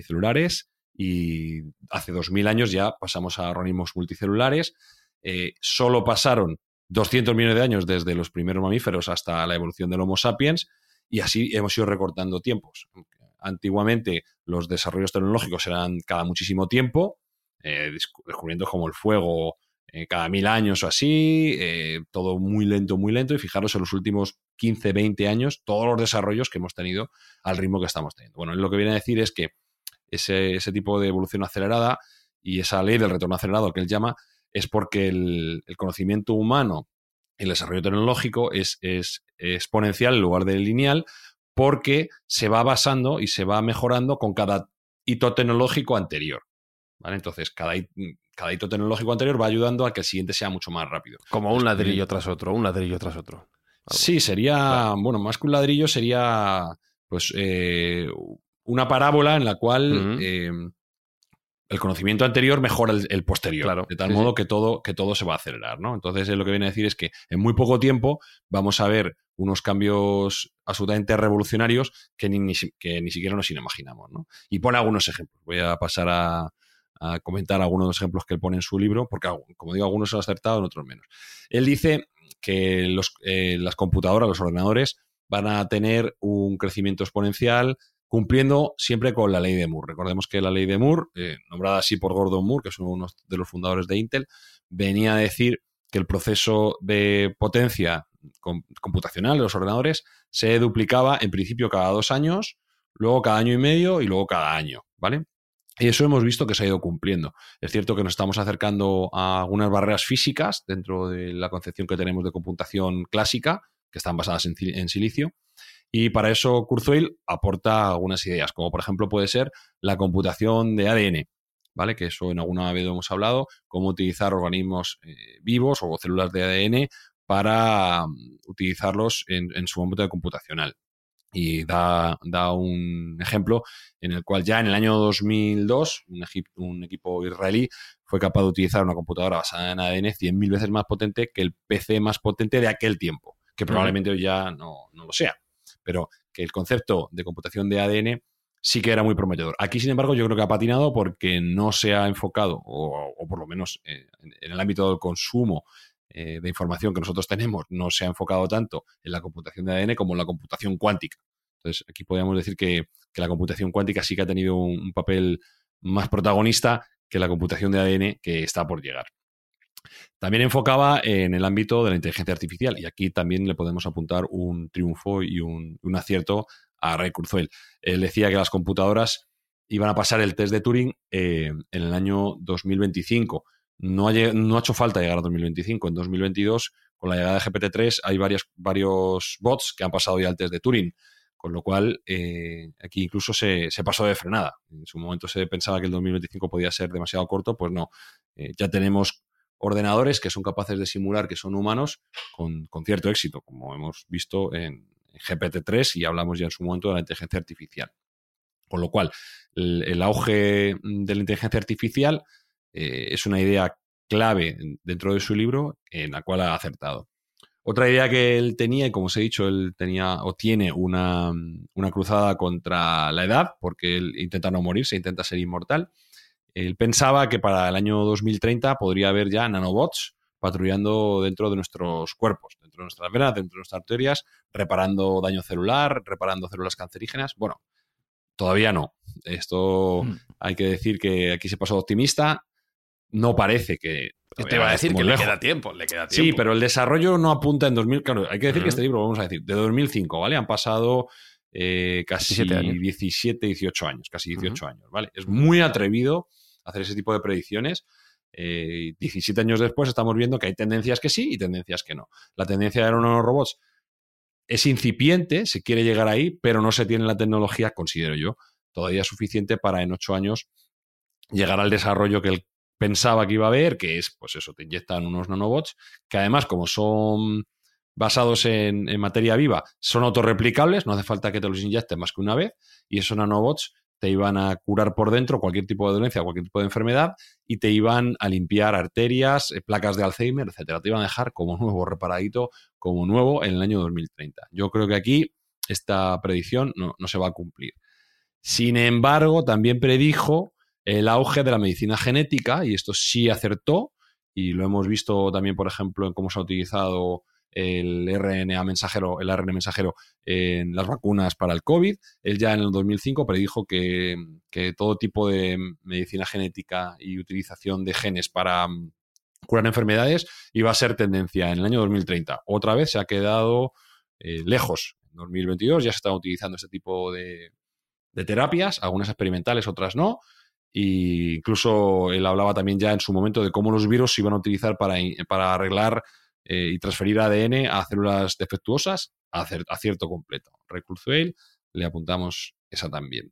y hace 2.000 años ya pasamos a organismos multicelulares. Solo pasaron 200 millones de años desde los primeros mamíferos hasta la evolución del Homo sapiens, y así hemos ido recortando tiempos. Antiguamente los desarrollos tecnológicos eran cada muchísimo tiempo, descubrimientos como el fuego cada 1.000 años o así, todo muy lento, y fijaros en los últimos 15, 20 años, todos los desarrollos que hemos tenido al ritmo que estamos teniendo. Bueno, lo que viene a decir es que ese tipo de evolución acelerada y esa ley del retorno acelerado que él llama, es porque el conocimiento humano, el desarrollo tecnológico es exponencial en lugar de lineal, porque se va basando y se va mejorando con cada hito tecnológico anterior, ¿vale? Entonces, cada hito tecnológico anterior va ayudando a que el siguiente sea mucho más rápido. Como un ladrillo tras otro, un ladrillo tras otro. Algo. Sí, sería, claro. Bueno, más que un ladrillo sería, pues, una parábola en la cual el conocimiento anterior mejora el posterior, claro, de tal modo que todo se va a acelerar, ¿no? Entonces, lo que viene a decir es que en muy poco tiempo vamos a ver unos cambios absolutamente revolucionarios que ni siquiera nos imaginamos, ¿no? Y pone algunos ejemplos. Voy a pasar a comentar algunos de los ejemplos que él pone en su libro, porque, como digo, algunos han acertado, en otros menos. Él dice que las computadoras, los ordenadores, van a tener un crecimiento exponencial cumpliendo siempre con la ley de Moore. Recordemos que la ley de Moore, nombrada así por Gordon Moore, que es uno de los fundadores de Intel, venía a decir que el proceso de potencia computacional de los ordenadores se duplicaba en principio cada 2 años, luego cada año y medio y luego cada año, ¿vale? Y eso hemos visto que se ha ido cumpliendo. Es cierto que nos estamos acercando a algunas barreras físicas dentro de la concepción que tenemos de computación clásica, que están basadas en silicio, y para eso Kurzweil aporta algunas ideas, como por ejemplo puede ser la computación de ADN, ¿vale? Que eso en alguna vez hemos hablado, cómo utilizar organismos vivos o células de ADN para utilizarlos en su momento de computacional. Y da un ejemplo en el cual ya en el año 2002 un equipo israelí fue capaz de utilizar una computadora basada en ADN 100.000 veces más potente que el PC más potente de aquel tiempo, que probablemente hoy ya no lo sea. Pero que el concepto de computación de ADN sí que era muy prometedor. Aquí, sin embargo, yo creo que ha patinado porque no se ha enfocado, o por lo menos en el ámbito del consumo de información que nosotros tenemos, no se ha enfocado tanto en la computación de ADN como en la computación cuántica. Entonces, aquí podríamos decir que la computación cuántica sí que ha tenido un papel más protagonista que la computación de ADN que está por llegar. También enfocaba en el ámbito de la inteligencia artificial, y aquí también le podemos apuntar un triunfo y un acierto a Ray Kurzweil. Él decía que las computadoras iban a pasar el test de Turing en el año 2025. No ha hecho falta llegar a 2025. En 2022, con la llegada de GPT-3, hay varios bots que han pasado ya el test de Turing, con lo cual aquí incluso se pasó de frenada. En su momento se pensaba que el 2025 podía ser demasiado corto, pues no. Ya tenemos ordenadores que son capaces de simular que son humanos con cierto éxito, como hemos visto en GPT-3 y hablamos ya en su momento de la inteligencia artificial. Con lo cual, el auge de la inteligencia artificial es una idea clave dentro de su libro en la cual ha acertado. Otra idea que él tenía, y como os he dicho, él tiene una cruzada contra la edad, porque él intenta no morirse, intenta ser inmortal. Él pensaba que para el año 2030 podría haber ya nanobots patrullando dentro de nuestros cuerpos, dentro de nuestras venas, dentro de nuestras arterias, reparando daño celular, reparando células cancerígenas. Bueno, todavía no. Esto hay que decir que aquí se pasó optimista. No parece que... Te iba a decir que le queda tiempo. Sí, pero el desarrollo no apunta en 2000. Claro, hay que decir que este libro, vamos a decir, de 2005, ¿vale? Han pasado casi 17, 18 años, casi 18 años, ¿vale? Es muy atrevido hacer ese tipo de predicciones. 17 años después estamos viendo que hay tendencias que sí y tendencias que no. La tendencia de los nanorobots es incipiente, se quiere llegar ahí, pero no se tiene la tecnología, considero yo, todavía suficiente para en 8 años llegar al desarrollo que él pensaba que iba a haber, que es, pues eso, te inyectan unos nanobots, que además, como son basados en materia viva, son autorreplicables, no hace falta que te los inyectes más que una vez, y esos nanobots te iban a curar por dentro cualquier tipo de dolencia, cualquier tipo de enfermedad, y te iban a limpiar arterias, placas de Alzheimer, etcétera. Te iban a dejar como nuevo, reparadito, como nuevo en el año 2030. Yo creo que aquí esta predicción no se va a cumplir. Sin embargo, también predijo el auge de la medicina genética, y esto sí acertó, y lo hemos visto también, por ejemplo, en cómo se ha utilizado el ARN mensajero en las vacunas para el COVID. Él ya en el 2005 predijo que todo tipo de medicina genética y utilización de genes para curar enfermedades iba a ser tendencia en el año 2030. Otra vez se ha quedado lejos. En 2022 ya se están utilizando este tipo de terapias, algunas experimentales, otras no. Y incluso él hablaba también ya en su momento de cómo los virus se iban a utilizar para arreglar y transferir ADN a células defectuosas a acierto completo. Ray Kurzweil, le apuntamos esa también.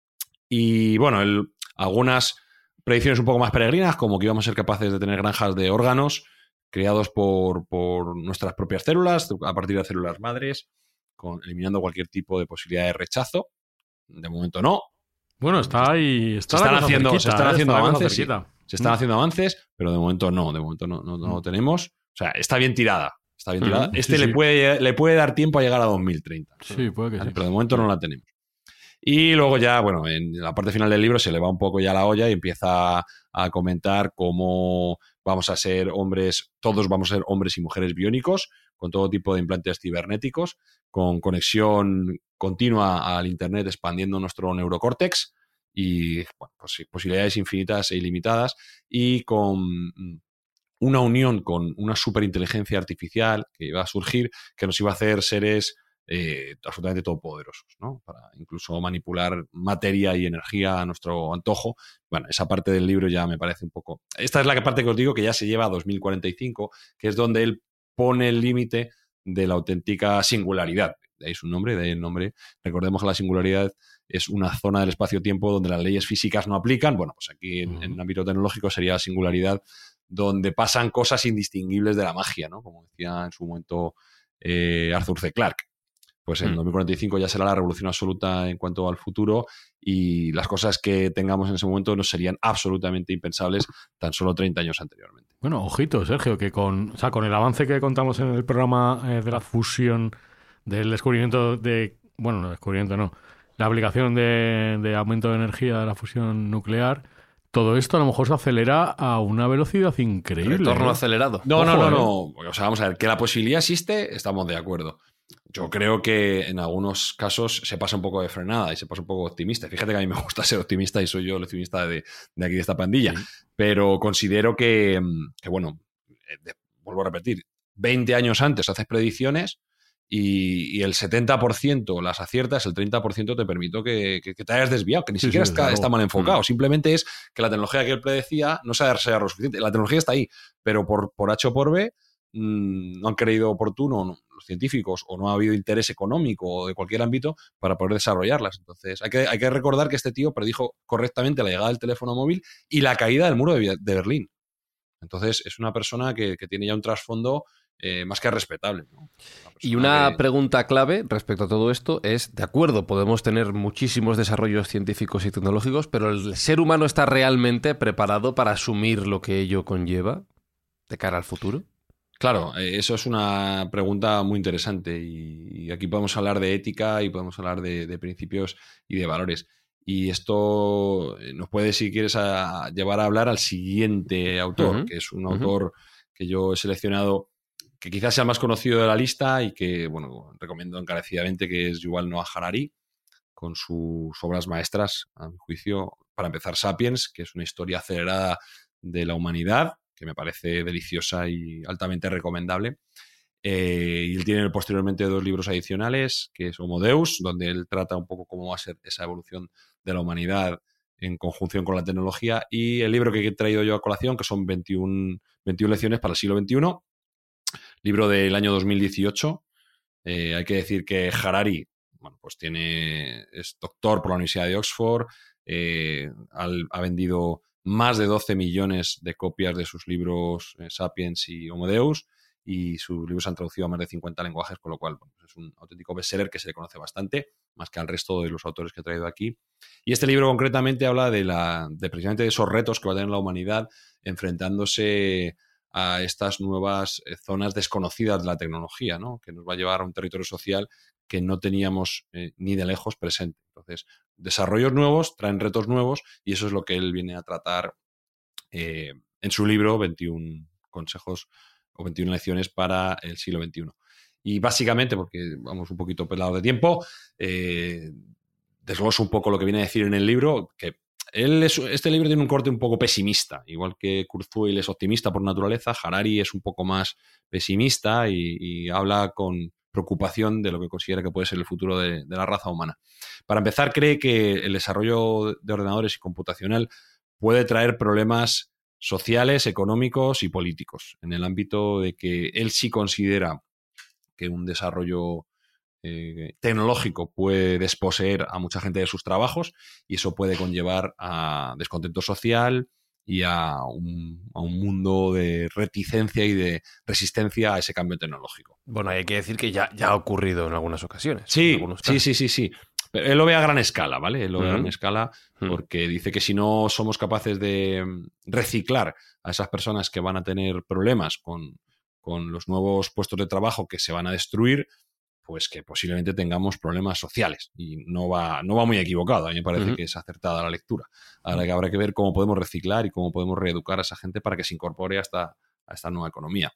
Y bueno, algunas predicciones un poco más peregrinas, como que íbamos a ser capaces de tener granjas de órganos creados por nuestras propias células, a partir de células madres, eliminando cualquier tipo de posibilidad de rechazo. De momento no. Bueno, está ahí. Se están haciendo avances. Sí. Se están haciendo avances, pero de momento no. De momento no lo tenemos. O sea, está bien tirada. Le puede dar tiempo a llegar a 2030. Sí, puede que ¿vale? sí. Pero de momento no la tenemos. Y luego ya, bueno, en la parte final del libro se le va un poco ya la olla y empieza a comentar cómo vamos a ser hombres, todos vamos a ser hombres y mujeres biónicos, con todo tipo de implantes cibernéticos, con conexión continua al Internet expandiendo nuestro neurocórtex y bueno, pues, posibilidades infinitas e ilimitadas, y con una unión con una superinteligencia artificial que iba a surgir, que nos iba a hacer seres absolutamente todopoderosos, ¿no? Para incluso manipular materia y energía a nuestro antojo. Bueno, esa parte del libro ya me parece un poco... Esta es la parte que os digo que ya se lleva a 2045, que es donde él pone el límite de la auténtica singularidad. De ahí su nombre, de ahí el nombre. Recordemos que la singularidad es una zona del espacio-tiempo donde las leyes físicas no aplican. Bueno, pues aquí en el ámbito tecnológico sería la singularidad donde pasan cosas indistinguibles de la magia, ¿no? Como decía en su momento Arthur C. Clarke. Pues en 2045 ya será la revolución absoluta en cuanto al futuro y las cosas que tengamos en ese momento nos serían absolutamente impensables tan solo 30 años anteriormente. Bueno, ojito, Sergio, que con el avance que contamos en el programa de la fusión, del descubrimiento de... Bueno, no, descubrimiento no. La aplicación de aumento de energía de la fusión nuclear, todo esto a lo mejor se acelera a una velocidad increíble. Retorno acelerado. No. O sea, vamos a ver, que la posibilidad existe, estamos de acuerdo. Yo creo que en algunos casos se pasa un poco de frenada y se pasa un poco optimista. Fíjate que a mí me gusta ser optimista y soy yo el optimista de aquí de esta pandilla. Sí. Pero considero que bueno, vuelvo a repetir, 20 años antes haces predicciones y el 70% las aciertas, el 30% te permito que te hayas desviado, que ni siquiera está mal enfocado. Simplemente es que la tecnología que él predecía no se ha desarrollado lo suficiente. La tecnología está ahí, pero por H o por B no han creído oportuno los científicos o no ha habido interés económico o de cualquier ámbito para poder desarrollarlas. Entonces hay que recordar que este tío predijo correctamente la llegada del teléfono móvil y la caída del muro de Berlín. Entonces es una persona que tiene ya un trasfondo más que respetable, ¿no? Y una pregunta clave respecto a todo esto es, de acuerdo, podemos tener muchísimos desarrollos científicos y tecnológicos, pero ¿el ser humano está realmente preparado para asumir lo que ello conlleva de cara al futuro? Claro, eso es una pregunta muy interesante y aquí podemos hablar de ética y podemos hablar de principios y de valores. Y esto nos puede, si quieres, llevar a hablar al siguiente autor, que es un autor que yo he seleccionado, que quizás sea el más conocido de la lista y que, bueno, recomiendo encarecidamente, que es Yuval Noah Harari, con sus obras maestras, a mi juicio. Para empezar, Sapiens, que es una historia acelerada de la humanidad, que me parece deliciosa y altamente recomendable. Y él tiene posteriormente 2 libros adicionales, que es Homo Deus, donde él trata un poco cómo va a ser esa evolución de la humanidad en conjunción con la tecnología, y el libro que he traído yo a colación, que son 21 lecciones para el siglo XXI, libro del año 2018. Hay que decir que Harari, bueno, pues es doctor por la Universidad de Oxford, ha vendido más de 12 millones de copias de sus libros Sapiens y Homo Deus, y sus libros se han traducido a más de 50 lenguajes, con lo cual, bueno, es un auténtico bestseller que se le conoce bastante, más que al resto de los autores que he traído aquí. Y este libro concretamente habla de precisamente de esos retos que va a tener la humanidad enfrentándose a estas nuevas zonas desconocidas de la tecnología, ¿no? Que nos va a llevar a un territorio social que no teníamos ni de lejos presente. Entonces, desarrollos nuevos traen retos nuevos, y eso es lo que él viene a tratar en su libro 21 consejos o 21 lecciones para el siglo XXI. Y básicamente, porque vamos un poquito pelados de tiempo, desgloso un poco lo que viene a decir en el libro, que este libro tiene un corte un poco pesimista. Igual que Kurzweil es optimista por naturaleza, Harari es un poco más pesimista y habla con preocupación de lo que considera que puede ser el futuro de la raza humana. Para empezar, cree que el desarrollo de ordenadores y computacional puede traer problemas sociales, económicos y políticos, en el ámbito de que él sí considera que un desarrollo tecnológico puede desposeer a mucha gente de sus trabajos, y eso puede conllevar a descontento social y a un mundo de reticencia y de resistencia a ese cambio tecnológico. Bueno, hay que decir que ya ha ocurrido en algunas ocasiones. Sí. Pero él lo ve a gran escala, ¿vale? Él lo ve a gran escala porque dice que si no somos capaces de reciclar a esas personas que van a tener problemas con los nuevos puestos de trabajo que se van a destruir, pues que posiblemente tengamos problemas sociales. Y no va muy equivocado. A mí me parece que es acertada la lectura. Ahora que habrá que ver cómo podemos reciclar y cómo podemos reeducar a esa gente para que se incorpore a esta nueva economía.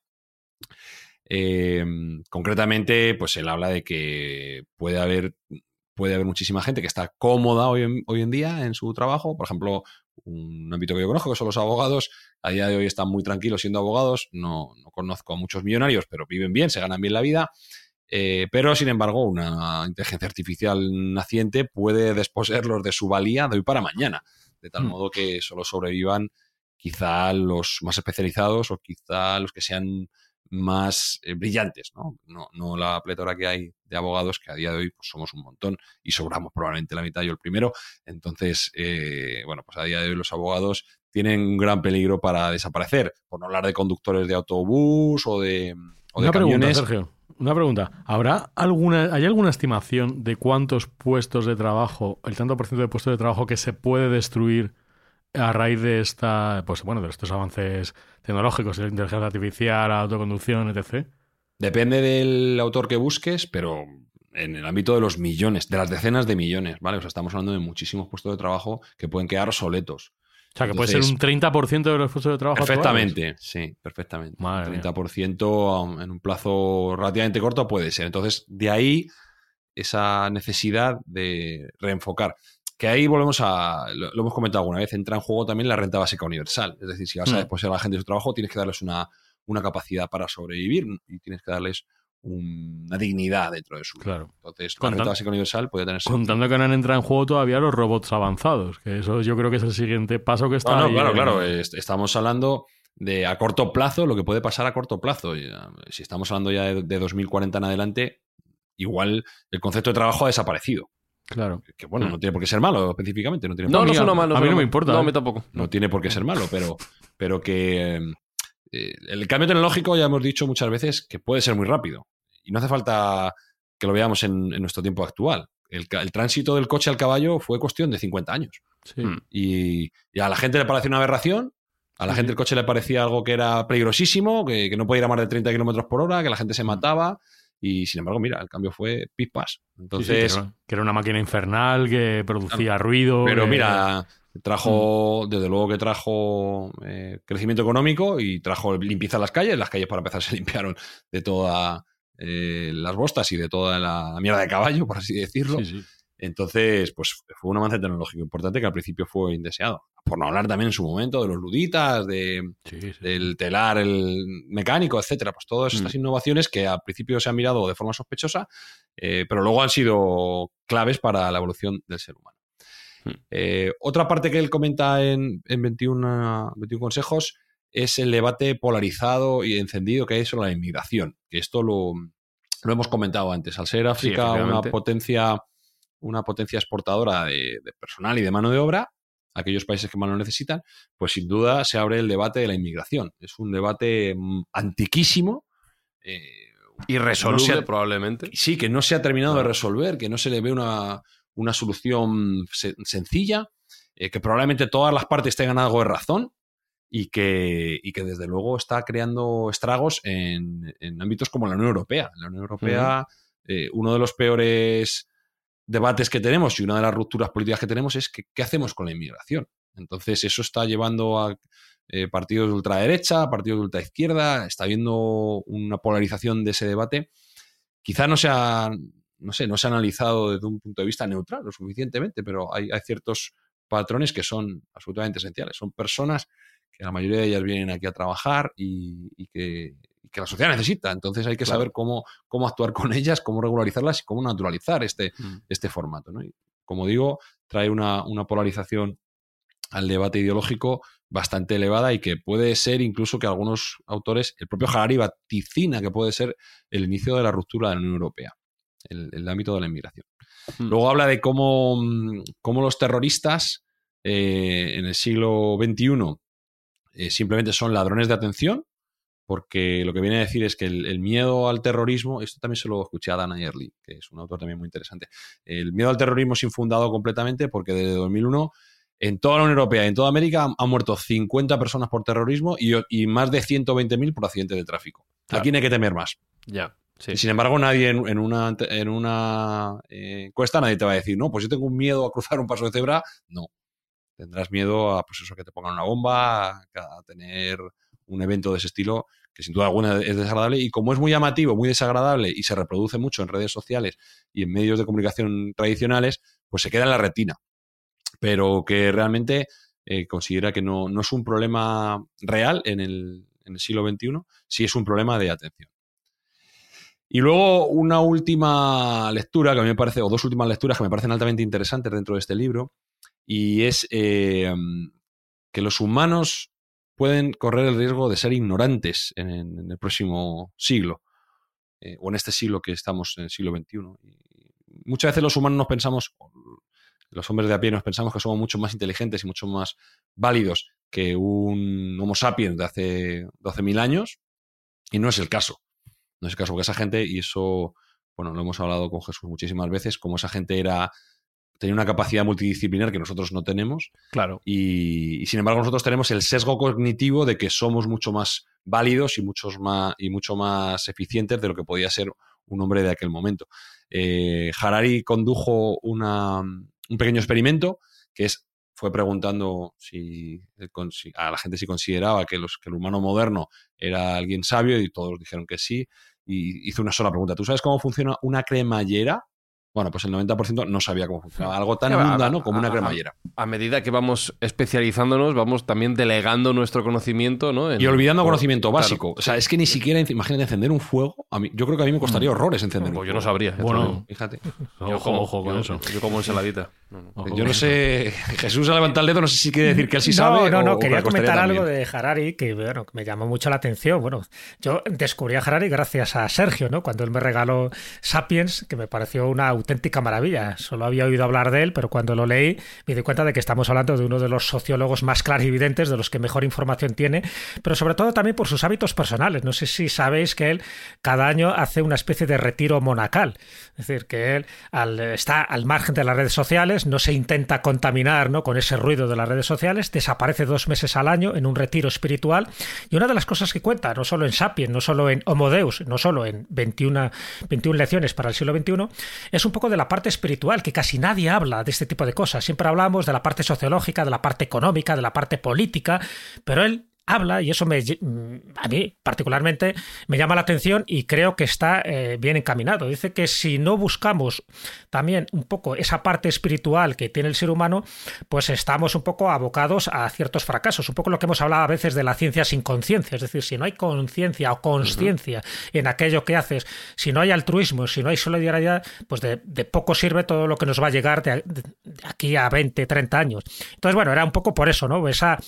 Concretamente, pues él habla de que puede haber muchísima gente que está cómoda hoy en día en su trabajo. Por ejemplo, un ámbito que yo conozco, que son los abogados. A día de hoy están muy tranquilos siendo abogados. No conozco a muchos millonarios, pero viven bien, se ganan bien la vida. Pero, sin embargo, una inteligencia artificial naciente puede desposeerlos de su valía de hoy para mañana, de tal modo que solo sobrevivan quizá los más especializados o quizá los que sean más brillantes, ¿no? No la pletora que hay de abogados, que a día de hoy pues, somos un montón y sobramos probablemente la mitad, yo el primero. Entonces, pues a día de hoy los abogados tienen un gran peligro para desaparecer, por no hablar de conductores de autobús o de camiones. Sergio. Una pregunta. ¿Hay alguna estimación de cuántos puestos de trabajo, el tanto por ciento de puestos de trabajo que se puede destruir a raíz de de estos avances tecnológicos, de la inteligencia artificial, la autoconducción, etc.? Depende del autor que busques, pero en el ámbito de los millones, de las decenas de millones, ¿vale? O sea, estamos hablando de muchísimos puestos de trabajo que pueden quedar obsoletos. O sea, que puede ser un 30% de los puestos de trabajo. Perfectamente, actuales. Sí, perfectamente. Madre 30% en un plazo relativamente corto puede ser. Entonces, de ahí esa necesidad de reenfocar. Que ahí volvemos lo hemos comentado alguna vez, entra en juego también la renta básica universal. Es decir, si vas a desposeer a la gente de su trabajo, tienes que darles una capacidad para sobrevivir y tienes que darles una dignidad dentro de su vida. Claro. Entonces, la renta básica universal puede tener sentido. Contando que no han entrado en juego todavía los robots avanzados, que eso yo creo que es el siguiente paso que está ahí. Claro. Estamos hablando de a corto plazo, lo que puede pasar a corto plazo. Si estamos hablando ya de 2040 en adelante, igual el concepto de trabajo ha desaparecido. Claro. Que bueno, no tiene por qué ser malo específicamente. No suena malo. A mí no me importa. No, a mí tampoco. No tiene por qué ser malo, pero que el cambio tecnológico ya hemos dicho muchas veces que puede ser muy rápido. Y no hace falta que lo veamos en nuestro tiempo actual. El tránsito del coche al caballo fue cuestión de 50 años. Sí. Y a la gente le parecía una aberración. A la gente el coche le parecía algo que era peligrosísimo, que no podía ir a más de 30 kilómetros por hora, que la gente se mataba. Y sin embargo, mira, el cambio fue pispas. Entonces, que era una máquina infernal que producía ruido. Pero mira, desde luego que trajo crecimiento económico y trajo limpieza en las calles. Las calles, para empezar, se limpiaron de todas las bostas y de toda la mierda de caballo, por así decirlo. Sí. Entonces, pues fue un avance tecnológico importante que al principio fue indeseado. Por no hablar también en su momento de los luditas, del telar, el mecánico, etcétera. Pues todas estas innovaciones que al principio se han mirado de forma sospechosa, pero luego han sido claves para la evolución del ser humano. Otra parte que él comenta en 21 consejos es el debate polarizado y encendido que hay sobre la inmigración. Que esto lo hemos comentado antes. Al ser África una potencia exportadora de personal y de mano de obra, aquellos países que más lo necesitan, pues sin duda se abre el debate de la inmigración. Es un debate antiquísimo. Irresoluble, probablemente. Sí, que no se ha terminado de resolver, que no se le ve una solución sencilla, que probablemente todas las partes tengan algo de razón y que desde luego está creando estragos en ámbitos como la Unión Europea. En la Unión Europea, uno de los peores debates que tenemos y una de las rupturas políticas que tenemos es qué hacemos con la inmigración. Entonces eso está llevando a partidos de ultraderecha, partidos de ultraizquierda, está habiendo una polarización de ese debate. Quizá no se ha analizado desde un punto de vista neutral lo suficientemente, pero hay ciertos patrones que son absolutamente esenciales. Son personas que la mayoría de ellas vienen aquí a trabajar y que la sociedad necesita. Entonces hay que saber cómo actuar con ellas, cómo regularizarlas y cómo naturalizar este formato, ¿no? Y, como digo, trae una polarización al debate ideológico bastante elevada y que puede ser incluso que algunos autores, el propio Harari vaticina que puede ser el inicio de la ruptura de la Unión Europea, el ámbito de la inmigración. Luego habla de cómo los terroristas en el siglo XXI simplemente son ladrones de atención, porque lo que viene a decir es que el miedo al terrorismo, esto también se lo escuché a Dana Early, que es un autor también muy interesante, el miedo al terrorismo es infundado completamente porque desde 2001 en toda la Unión Europea y en toda América han muerto 50 personas por terrorismo y más de 120.000 por accidentes de tráfico. Claro. Aquí no hay que temer más. Ya. Sí. Y sin embargo, nadie en una encuesta nadie te va a decir, no, pues yo tengo un miedo a cruzar un paso de cebra. No. Tendrás miedo a pues eso, que te pongan una bomba, a tener un evento de ese estilo que sin duda alguna es desagradable, y como es muy llamativo, muy desagradable y se reproduce mucho en redes sociales y en medios de comunicación tradicionales, pues se queda en la retina. Pero que realmente considera que no es un problema real en el siglo XXI, sí es un problema de atención. Y luego una última lectura que a mí me parece, o dos últimas lecturas que me parecen altamente interesantes dentro de este libro, y es que los humanos pueden correr el riesgo de ser ignorantes en el próximo siglo, o en este siglo que estamos, en el siglo XXI. Y muchas veces los humanos nos pensamos, los hombres de a pie nos pensamos que somos mucho más inteligentes y mucho más válidos que un Homo sapiens de hace 12.000 años, y no es el caso. No es el caso, porque esa gente, y eso, bueno, lo hemos hablado con Jesús muchísimas veces, como esa gente tenía una capacidad multidisciplinar que nosotros no tenemos. Claro. Y sin embargo, nosotros tenemos el sesgo cognitivo de que somos mucho más válidos y mucho más eficientes de lo que podía ser un hombre de aquel momento. Harari condujo un pequeño experimento que fue preguntando a la gente si consideraba que el humano moderno era alguien sabio, y todos dijeron que sí, y hizo una sola pregunta. ¿Tú sabes cómo funciona una cremallera? Bueno, pues el 90% no sabía cómo funcionaba. Algo tan mundano como una cremallera. A medida que vamos especializándonos, vamos también delegando nuestro conocimiento, ¿no? Y olvidando conocimiento básico. Claro. O sea, es que ni siquiera, imagínate, encender un fuego. Yo creo que a mí me costaría horrores encender un fuego. Yo no sabría. Bueno, fíjate. Ojo con eso. Yo como ensaladita. Yo no sé. Jesús ha levantado el dedo, no sé si quiere decir que él sí sabe. No, quería comentar algo de Harari que me llamó mucho la atención. Bueno, yo descubrí a Harari gracias a Sergio, ¿no? Cuando él me regaló Sapiens, que me pareció una auténtica maravilla. Solo había oído hablar de él, pero cuando lo leí me di cuenta de que estamos hablando de uno de los sociólogos más clarividentes, de los que mejor información tiene, pero sobre todo también por sus hábitos personales. No sé si sabéis que él cada año hace una especie de retiro monacal. Es decir, que él está al margen de las redes sociales, no se intenta contaminar, ¿no?, con ese ruido de las redes sociales, desaparece 2 meses al año en un retiro espiritual, y una de las cosas que cuenta, no solo en Sapiens, no solo en Homo Deus, no solo en 21 lecciones para el siglo XXI, es un poco de la parte espiritual, que casi nadie habla de este tipo de cosas. Siempre hablamos de la parte sociológica, de la parte económica, de la parte política, pero él habla, y eso a mí particularmente me llama la atención, y creo que está bien encaminado. Dice que si no buscamos también un poco esa parte espiritual que tiene el ser humano, pues estamos un poco abocados a ciertos fracasos. Un poco lo que hemos hablado a veces de la ciencia sin conciencia. Es decir, si no hay conciencia o consciencia en aquello que haces, si no hay altruismo, si no hay solidaridad, pues de poco sirve todo lo que nos va a llegar de aquí a 20, 30 años. Entonces, bueno, era un poco por eso, ¿no?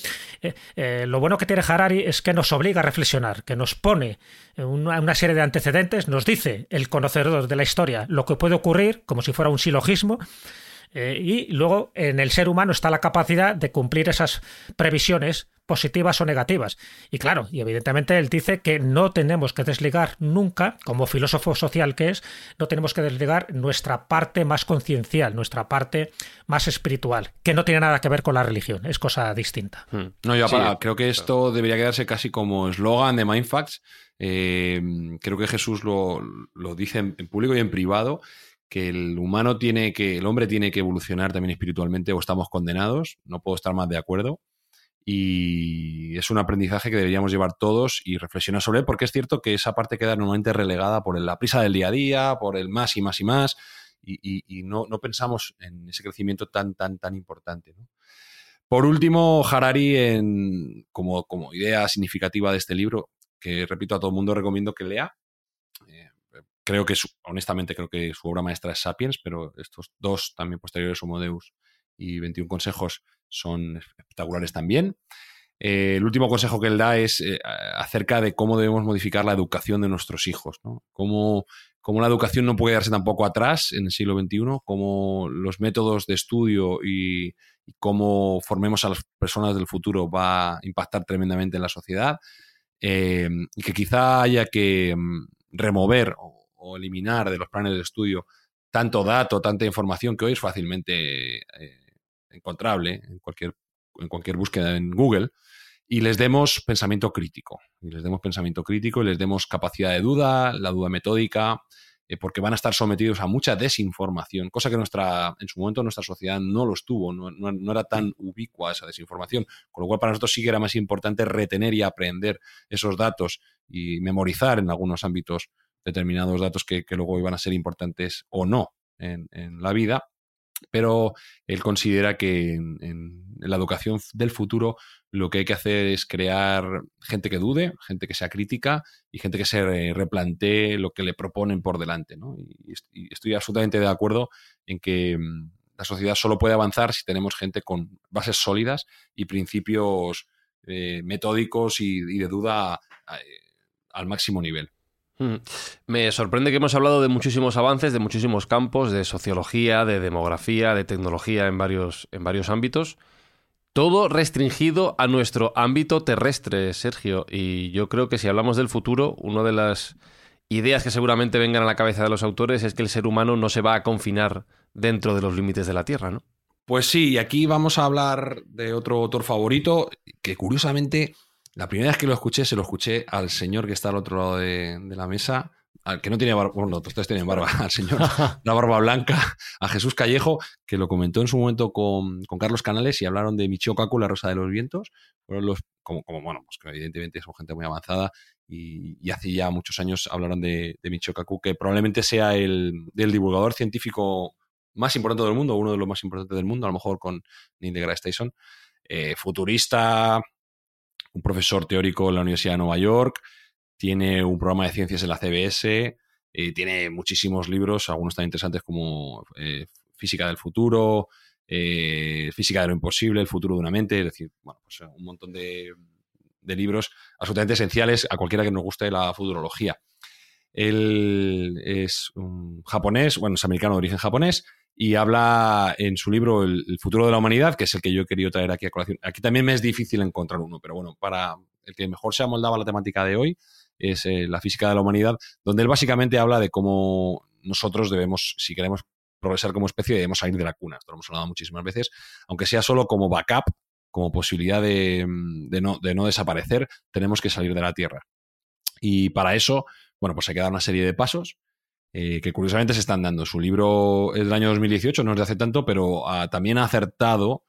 Lo bueno que tiene Harari es que nos obliga a reflexionar, que nos pone una serie de antecedentes, nos dice el conocedor de la historia lo que puede ocurrir, como si fuera un silogismo, y luego en el ser humano está la capacidad de cumplir esas previsiones positivas o negativas. Y claro, y evidentemente él dice que no tenemos que desligar nunca, como filósofo social que es, no tenemos que desligar nuestra parte más conciencial, nuestra parte más espiritual, que no tiene nada que ver con la religión, es cosa distinta. No, creo que esto debería quedarse casi como eslogan de Mindfacts. Creo que Jesús lo dice en público y en privado, que el hombre tiene que evolucionar también espiritualmente, o estamos condenados. No puedo estar más de acuerdo. Y es un aprendizaje que deberíamos llevar todos y reflexionar sobre él, porque es cierto que esa parte queda normalmente relegada por la prisa del día a día, por el más y más y más, y no pensamos en ese crecimiento tan importante, ¿no? Por último, Harari, como idea significativa de este libro, que repito, a todo el mundo recomiendo que lea. Honestamente creo que su obra maestra es Sapiens, pero estos dos también posteriores, Homo Deus y 21 consejos, son espectaculares también. El último consejo que él da es acerca de cómo debemos modificar la educación de nuestros hijos, ¿no? Cómo la educación no puede quedarse tampoco atrás en el siglo XXI, cómo los métodos de estudio y cómo formemos a las personas del futuro va a impactar tremendamente en la sociedad, y que quizá haya que remover o eliminar de los planes de estudio tanto dato, tanta información que hoy es fácilmente encontrable en cualquier búsqueda en Google, y les demos pensamiento crítico. Y les demos capacidad de duda, la duda metódica, porque van a estar sometidos a mucha desinformación, cosa que en su momento nuestra sociedad no los tuvo, no era tan ubicua esa desinformación, con lo cual para nosotros sí que era más importante retener y aprender esos datos y memorizar en algunos ámbitos determinados datos que luego iban a ser importantes o no en la vida. pero él considera que en la educación del futuro lo que hay que hacer es crear gente que dude, gente que sea crítica y gente que se replantee lo que le proponen por delante, ¿no? Y estoy absolutamente de acuerdo en que la sociedad solo puede avanzar si tenemos gente con bases sólidas y principios metódicos y de duda al máximo nivel. Me sorprende que hemos hablado de muchísimos avances, de muchísimos campos, de sociología, de demografía, de tecnología en varios ámbitos. Todo restringido a nuestro ámbito terrestre, Sergio. Y yo creo que si hablamos del futuro, una de las ideas que seguramente vengan a la cabeza de los autores es que el ser humano no se va a confinar dentro de los límites de la Tierra, ¿no? Pues sí, y aquí vamos a hablar de otro autor favorito, que curiosamente, la primera vez que lo escuché, se lo escuché al señor que está al otro lado de la mesa, al que no tiene barba, bueno, los tres tienen barba, al señor, la barba blanca, a Jesús Callejo, que lo comentó en su momento con Carlos Canales y hablaron de Michio Kaku, La Rosa de los Vientos. Fueron bueno, pues que evidentemente son gente muy avanzada y hace ya muchos años hablaron de Michio Kaku, que probablemente sea el divulgador científico más importante del mundo, uno de los más importantes del mundo, a lo mejor con Neil deGrasse Tyson, futurista, un profesor teórico en la Universidad de Nueva York, tiene un programa de ciencias en la CBS, tiene muchísimos libros, algunos tan interesantes como Física del futuro, Física de lo imposible, El futuro de una mente, es decir, bueno, pues un montón de libros absolutamente esenciales a cualquiera que nos guste la futurología. Él es un japonés, bueno, es americano de origen japonés, y habla en su libro El futuro de la humanidad, que es el que yo he querido traer aquí a colación. Aquí también me es difícil encontrar uno, pero bueno, para el que mejor se amoldaba la temática de hoy es la física de la humanidad, donde él básicamente habla de cómo nosotros debemos, si queremos progresar como especie, debemos salir de la cuna. Esto lo hemos hablado muchísimas veces, aunque sea solo como backup, como posibilidad de no desaparecer, tenemos que salir de la Tierra. Y para eso, bueno, pues hay que dar una serie de pasos que curiosamente se están dando. Su libro es del año 2018, no es de hace tanto, pero también ha acertado,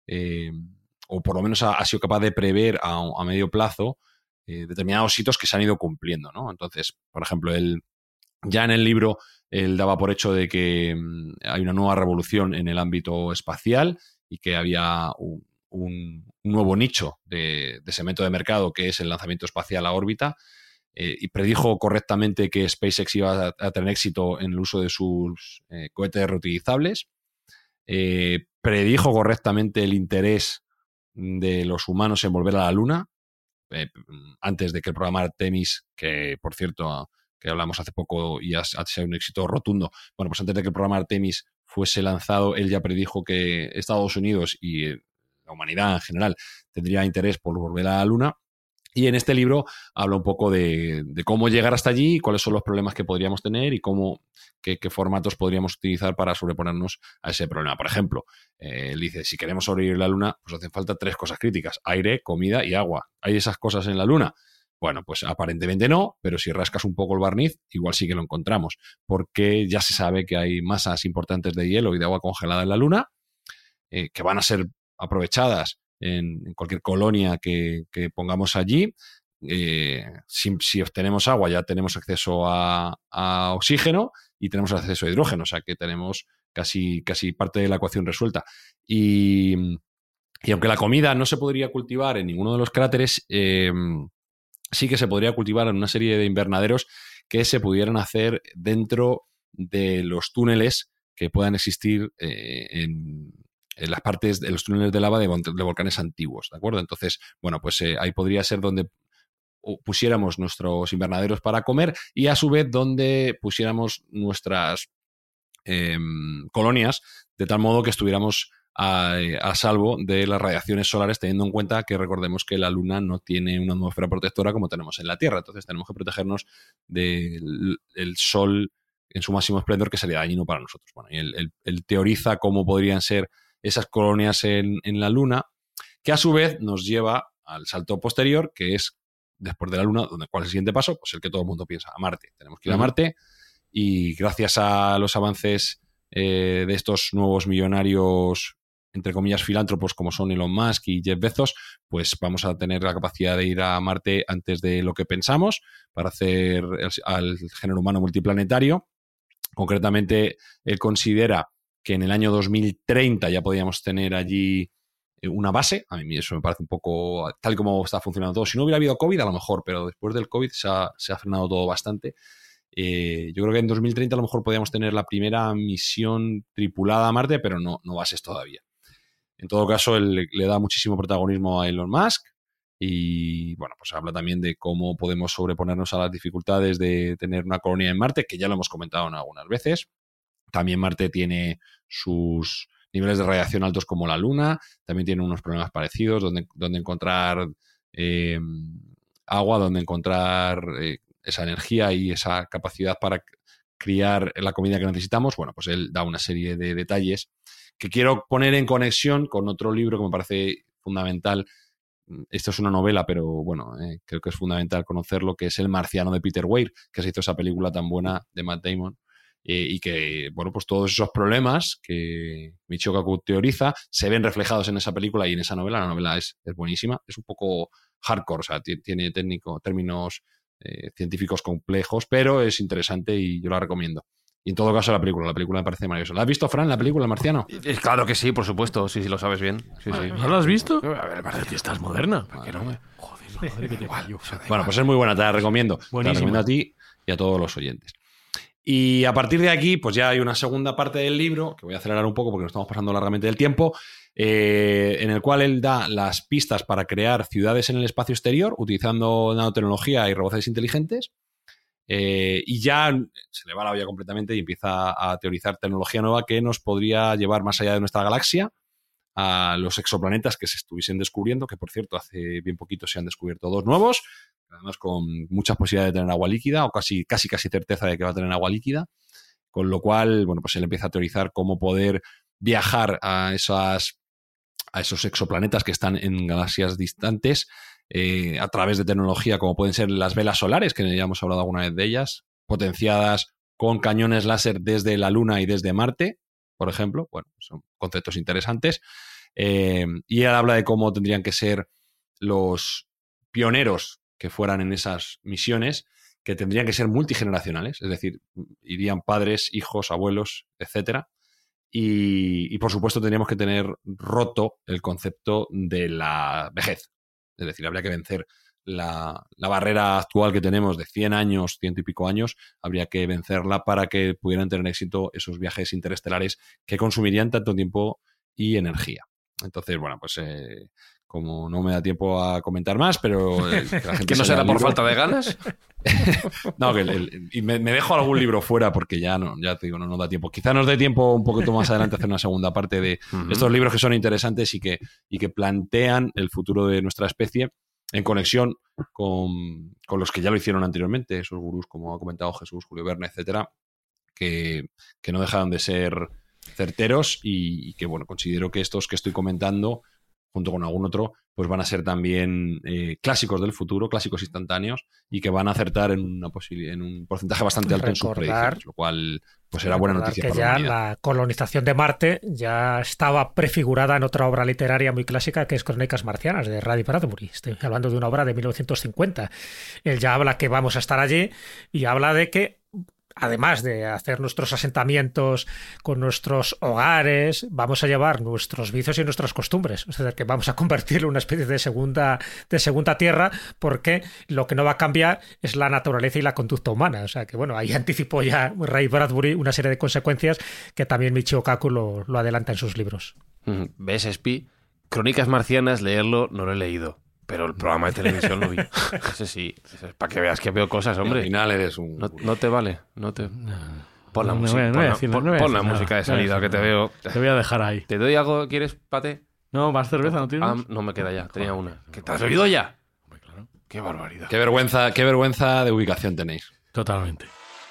o por lo menos ha sido capaz de prever a medio plazo determinados hitos que se han ido cumpliendo, ¿no? Entonces, por ejemplo, ya en el libro él daba por hecho de que hay una nueva revolución en el ámbito espacial y que había un nuevo nicho de segmento de mercado que es el lanzamiento espacial a órbita. Y predijo correctamente que SpaceX iba a tener éxito en el uso de sus cohetes reutilizables. Predijo correctamente el interés de los humanos en volver a la Luna, antes de que el programa Artemis, que por cierto, que hablamos hace poco y ha sido un éxito rotundo, bueno, pues antes de que el programa Artemis fuese lanzado, él ya predijo que Estados Unidos y la humanidad en general tendría interés por volver a la Luna. Y en este libro habla un poco de cómo llegar hasta allí, cuáles son los problemas que podríamos tener y qué formatos podríamos utilizar para sobreponernos a ese problema. Por ejemplo, él dice, si queremos sobrevivir en la Luna, pues hacen falta 3 cosas críticas: aire, comida y agua. ¿Hay esas cosas en la Luna? Bueno, pues aparentemente no, pero si rascas un poco el barniz, igual sí que lo encontramos, porque ya se sabe que hay masas importantes de hielo y de agua congelada en la Luna, que van a ser aprovechadas en cualquier colonia que pongamos allí. Si obtenemos agua, ya tenemos acceso a oxígeno y tenemos acceso a hidrógeno, o sea que tenemos casi parte de la ecuación resuelta. Y aunque la comida no se podría cultivar en ninguno de los cráteres, sí que se podría cultivar en una serie de invernaderos que se pudieran hacer dentro de los túneles que puedan existir en las partes de los túneles de lava de volcanes antiguos, ¿de acuerdo? Entonces, bueno, pues ahí podría ser donde pusiéramos nuestros invernaderos para comer y a su vez donde pusiéramos nuestras colonias, de tal modo que estuviéramos a salvo de las radiaciones solares, teniendo en cuenta que recordemos que la Luna no tiene una atmósfera protectora como tenemos en la Tierra. Entonces tenemos que protegernos del Sol en su máximo esplendor, que sería dañino para nosotros. Bueno, y él teoriza cómo podrían ser esas colonias en la Luna, que a su vez nos lleva al salto posterior, que es después de la Luna, ¿cuál es el siguiente paso? Pues el que todo el mundo piensa, a Marte. Tenemos que ir a Marte y gracias a los avances de estos nuevos millonarios, entre comillas, filántropos como son Elon Musk y Jeff Bezos, pues vamos a tener la capacidad de ir a Marte antes de lo que pensamos para hacer al género humano multiplanetario. Concretamente, él considera que en el año 2030 ya podíamos tener allí una base. A mí eso me parece un poco tal como está funcionando todo. Si no hubiera habido COVID, a lo mejor, pero después del COVID se ha frenado todo bastante. Yo creo que en 2030 a lo mejor podríamos tener la primera misión tripulada a Marte, pero no bases todavía. En todo caso, él le da muchísimo protagonismo a Elon Musk y, bueno, pues habla también de cómo podemos sobreponernos a las dificultades de tener una colonia en Marte, que ya lo hemos comentado en algunas veces. También Marte tiene sus niveles de radiación altos como la Luna, también tiene unos problemas parecidos, donde encontrar agua, donde encontrar esa energía y esa capacidad para criar la comida que necesitamos. Bueno, pues él da una serie de detalles que quiero poner en conexión con otro libro que me parece fundamental. Esto es una novela, pero bueno, creo que es fundamental conocerlo, que es El marciano de Peter Weir, que se hizo esa película tan buena de Matt Damon, y que, bueno, pues todos esos problemas que Michio Kaku teoriza se ven reflejados en esa película y en esa novela. La novela es buenísima, es un poco hardcore, o sea, tiene términos científicos complejos, pero es interesante y yo la recomiendo. Y en todo caso la película me parece maravillosa. ¿La has visto, Fran, la película El marciano? Claro que sí, por supuesto, sí, lo sabes bien. Sí. ¿No lo has visto? A ver, Tío, estás moderna. que no me... Joder, madre que te parió. Bueno, pues es muy buena, te la recomiendo. Te la recomiendo a ti y a todos los oyentes. Y a partir de aquí, pues ya hay una segunda parte del libro, que voy a acelerar un poco porque nos estamos pasando largamente del tiempo, en el cual él da las pistas para crear ciudades en el espacio exterior utilizando nanotecnología y robots inteligentes. Y ya se le va la olla completamente y empieza a teorizar tecnología nueva que nos podría llevar más allá de nuestra galaxia a los exoplanetas que se estuviesen descubriendo, que por cierto hace bien poquito se han descubierto 2 nuevos, además con muchas posibilidades de tener agua líquida o casi certeza de que va a tener agua líquida, con lo cual, bueno, pues él empieza a teorizar cómo poder viajar a esos exoplanetas que están en galaxias distantes a través de tecnología como pueden ser las velas solares, que ya hemos hablado alguna vez de ellas, potenciadas con cañones láser desde la Luna y desde Marte, por ejemplo. Bueno, son conceptos interesantes. Y él habla de cómo tendrían que ser los pioneros que fueran en esas misiones, que tendrían que ser multigeneracionales, es decir, irían padres, hijos, abuelos, etcétera. Y por supuesto tendríamos que tener roto el concepto de la vejez. Es decir, habría que vencer la barrera actual que tenemos de 100 años, 100 y pico años, habría que vencerla para que pudieran tener éxito esos viajes interestelares que consumirían tanto tiempo y energía. Entonces, bueno, pues como no me da tiempo a comentar más, pero que la gente ¿Que no será por falta de ganas? No, y me dejo algún libro fuera porque ya te digo, no da tiempo. Quizá nos dé tiempo un poquito más adelante a hacer una segunda parte de estos libros que son interesantes y que plantean el futuro de nuestra especie en conexión con los que ya lo hicieron anteriormente, esos gurús como ha comentado Jesús, Julio Verne, etcétera, que no dejaron de ser certeros y que, bueno, considero que estos que estoy comentando junto con algún otro, pues van a ser también clásicos del futuro, clásicos instantáneos, y que van a acertar en un porcentaje bastante alto en sus predicciones, lo cual pues era buena noticia que para ya la humanidad. La colonización de Marte ya estaba prefigurada en otra obra literaria muy clásica que es Crónicas Marcianas, de Ray Bradbury. Estoy hablando de una obra de 1950. Él ya habla que vamos a estar allí y habla de que además de hacer nuestros asentamientos con nuestros hogares, vamos a llevar nuestros vicios y nuestras costumbres. O sea, que vamos a convertirlo en una especie de segunda tierra, porque lo que no va a cambiar es la naturaleza y la conducta humana. O sea, que bueno, ahí anticipó ya Ray Bradbury una serie de consecuencias que también Michio Kaku lo adelanta en sus libros. ¿Ves, Espi? Crónicas Marcianas, leerlo, no lo he leído. Pero el programa de televisión lo vi. Ese sí. Para que veas que veo cosas, hombre. Al final eres un... No te vale. Pon la música. Pon la música de salida, que te veo. Te voy a dejar ahí. ¿Te doy algo? ¿Quieres, Pate? No, más cerveza, ¿no tienes? No me queda ya. Tenía una. ¿Que te has bebido ya? Hombre, claro. Qué barbaridad. Qué vergüenza de ubicación tenéis. Totalmente.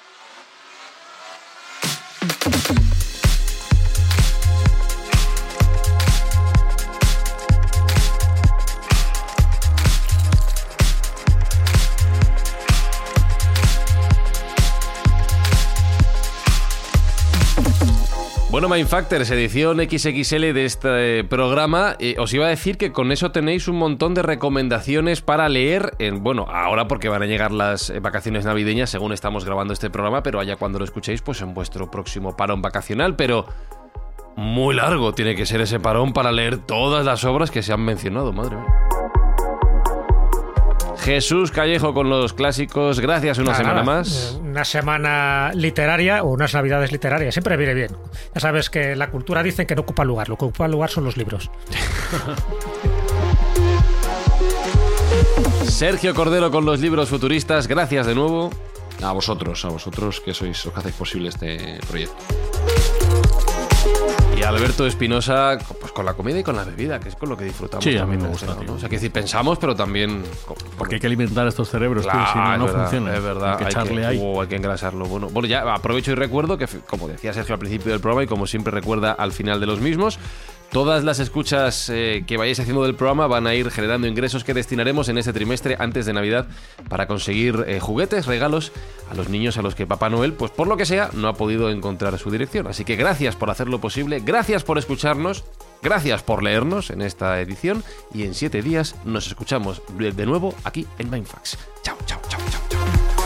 Bueno, Mindfactors, edición XXL de este programa. Os iba a decir que con eso tenéis un montón de recomendaciones para leer. Ahora porque van a llegar las vacaciones navideñas según estamos grabando este programa, pero allá cuando lo escuchéis, pues en vuestro próximo parón vacacional. Pero muy largo tiene que ser ese parón para leer todas las obras que se han mencionado, madre mía. Jesús Callejo con los clásicos, gracias una semana más. Una semana literaria o unas navidades literarias, siempre viene bien. Ya sabes que la cultura dicen que no ocupa lugar, lo que ocupa lugar son los libros. Sergio Cordero con los libros futuristas, gracias de nuevo. A vosotros que sois los que hacéis posible este proyecto. Y Alberto Espinosa, pues con la comida y con la bebida, que es con lo que disfrutamos. Sí, a mí me gusta, ¿no? O sea, que decir, pensamos, pero también... Porque hay que alimentar estos cerebros, claro, tío, si no, no verdad, funciona. Es verdad, hay que engrasarlo. Bueno, ya aprovecho y recuerdo que, como decía Sergio al principio del programa, y como siempre recuerda al final de los mismos, todas las escuchas que vayáis haciendo del programa van a ir generando ingresos que destinaremos en este trimestre antes de Navidad para conseguir juguetes, regalos a los niños a los que Papá Noel, pues por lo que sea, no ha podido encontrar su dirección. Así que gracias por hacerlo posible, gracias por escucharnos, gracias por leernos en esta edición y en 7 días nos escuchamos de nuevo aquí en Mindfacts. Chao, chao, chao, chao, chao.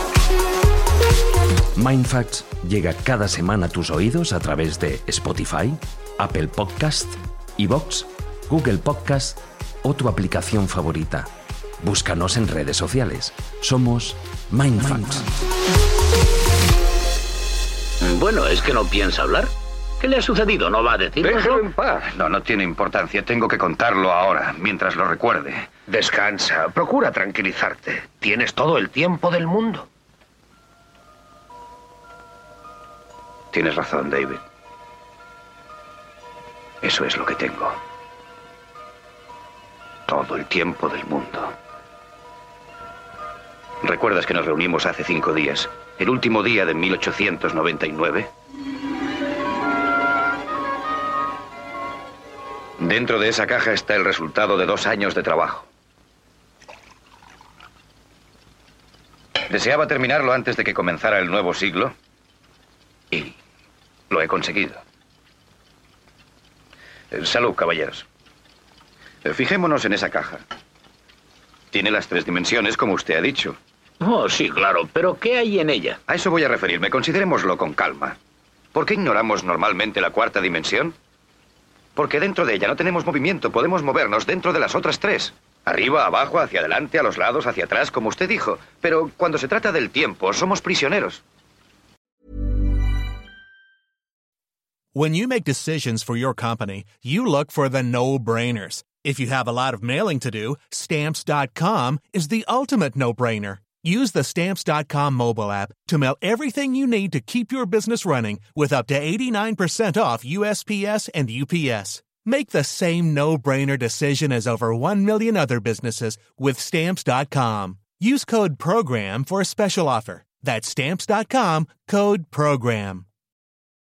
Mindfacts llega cada semana a tus oídos a través de Spotify, Apple Podcast, iVoox, Google Podcast o tu aplicación favorita. Búscanos en redes sociales. Somos Mindfacts. Bueno, ¿es que no piensa hablar? ¿Qué le ha sucedido? ¿No va a decirlo? Déjalo en paz. No tiene importancia. Tengo que contarlo ahora, mientras lo recuerde. Descansa. Procura tranquilizarte. Tienes todo el tiempo del mundo. Tienes razón, David. Eso es lo que tengo. Todo el tiempo del mundo. ¿Recuerdas que nos reunimos hace 5 días? El último día de 1899. Dentro de esa caja está el resultado de 2 años de trabajo. Deseaba terminarlo antes de que comenzara el nuevo siglo. Y lo he conseguido. Salud, caballeros. Fijémonos en esa caja. Tiene las 3 dimensiones, como usted ha dicho. Oh, sí, claro. ¿Pero qué hay en ella? A eso voy a referirme. Considerémoslo con calma. ¿Por qué ignoramos normalmente la 4ª dimensión? Porque dentro de ella no tenemos movimiento. Podemos movernos dentro de las otras 3. Arriba, abajo, hacia adelante, a los lados, hacia atrás, como usted dijo. Pero cuando se trata del tiempo, somos prisioneros. When you make decisions for your company, you look for the no-brainers. If you have a lot of mailing to do, Stamps.com is the ultimate no-brainer. Use the Stamps.com mobile app to mail everything you need to keep your business running with up to 89% off USPS and UPS. Make the same no-brainer decision as over 1 million other businesses with Stamps.com. Use code PROGRAM for a special offer. That's Stamps.com, code PROGRAM.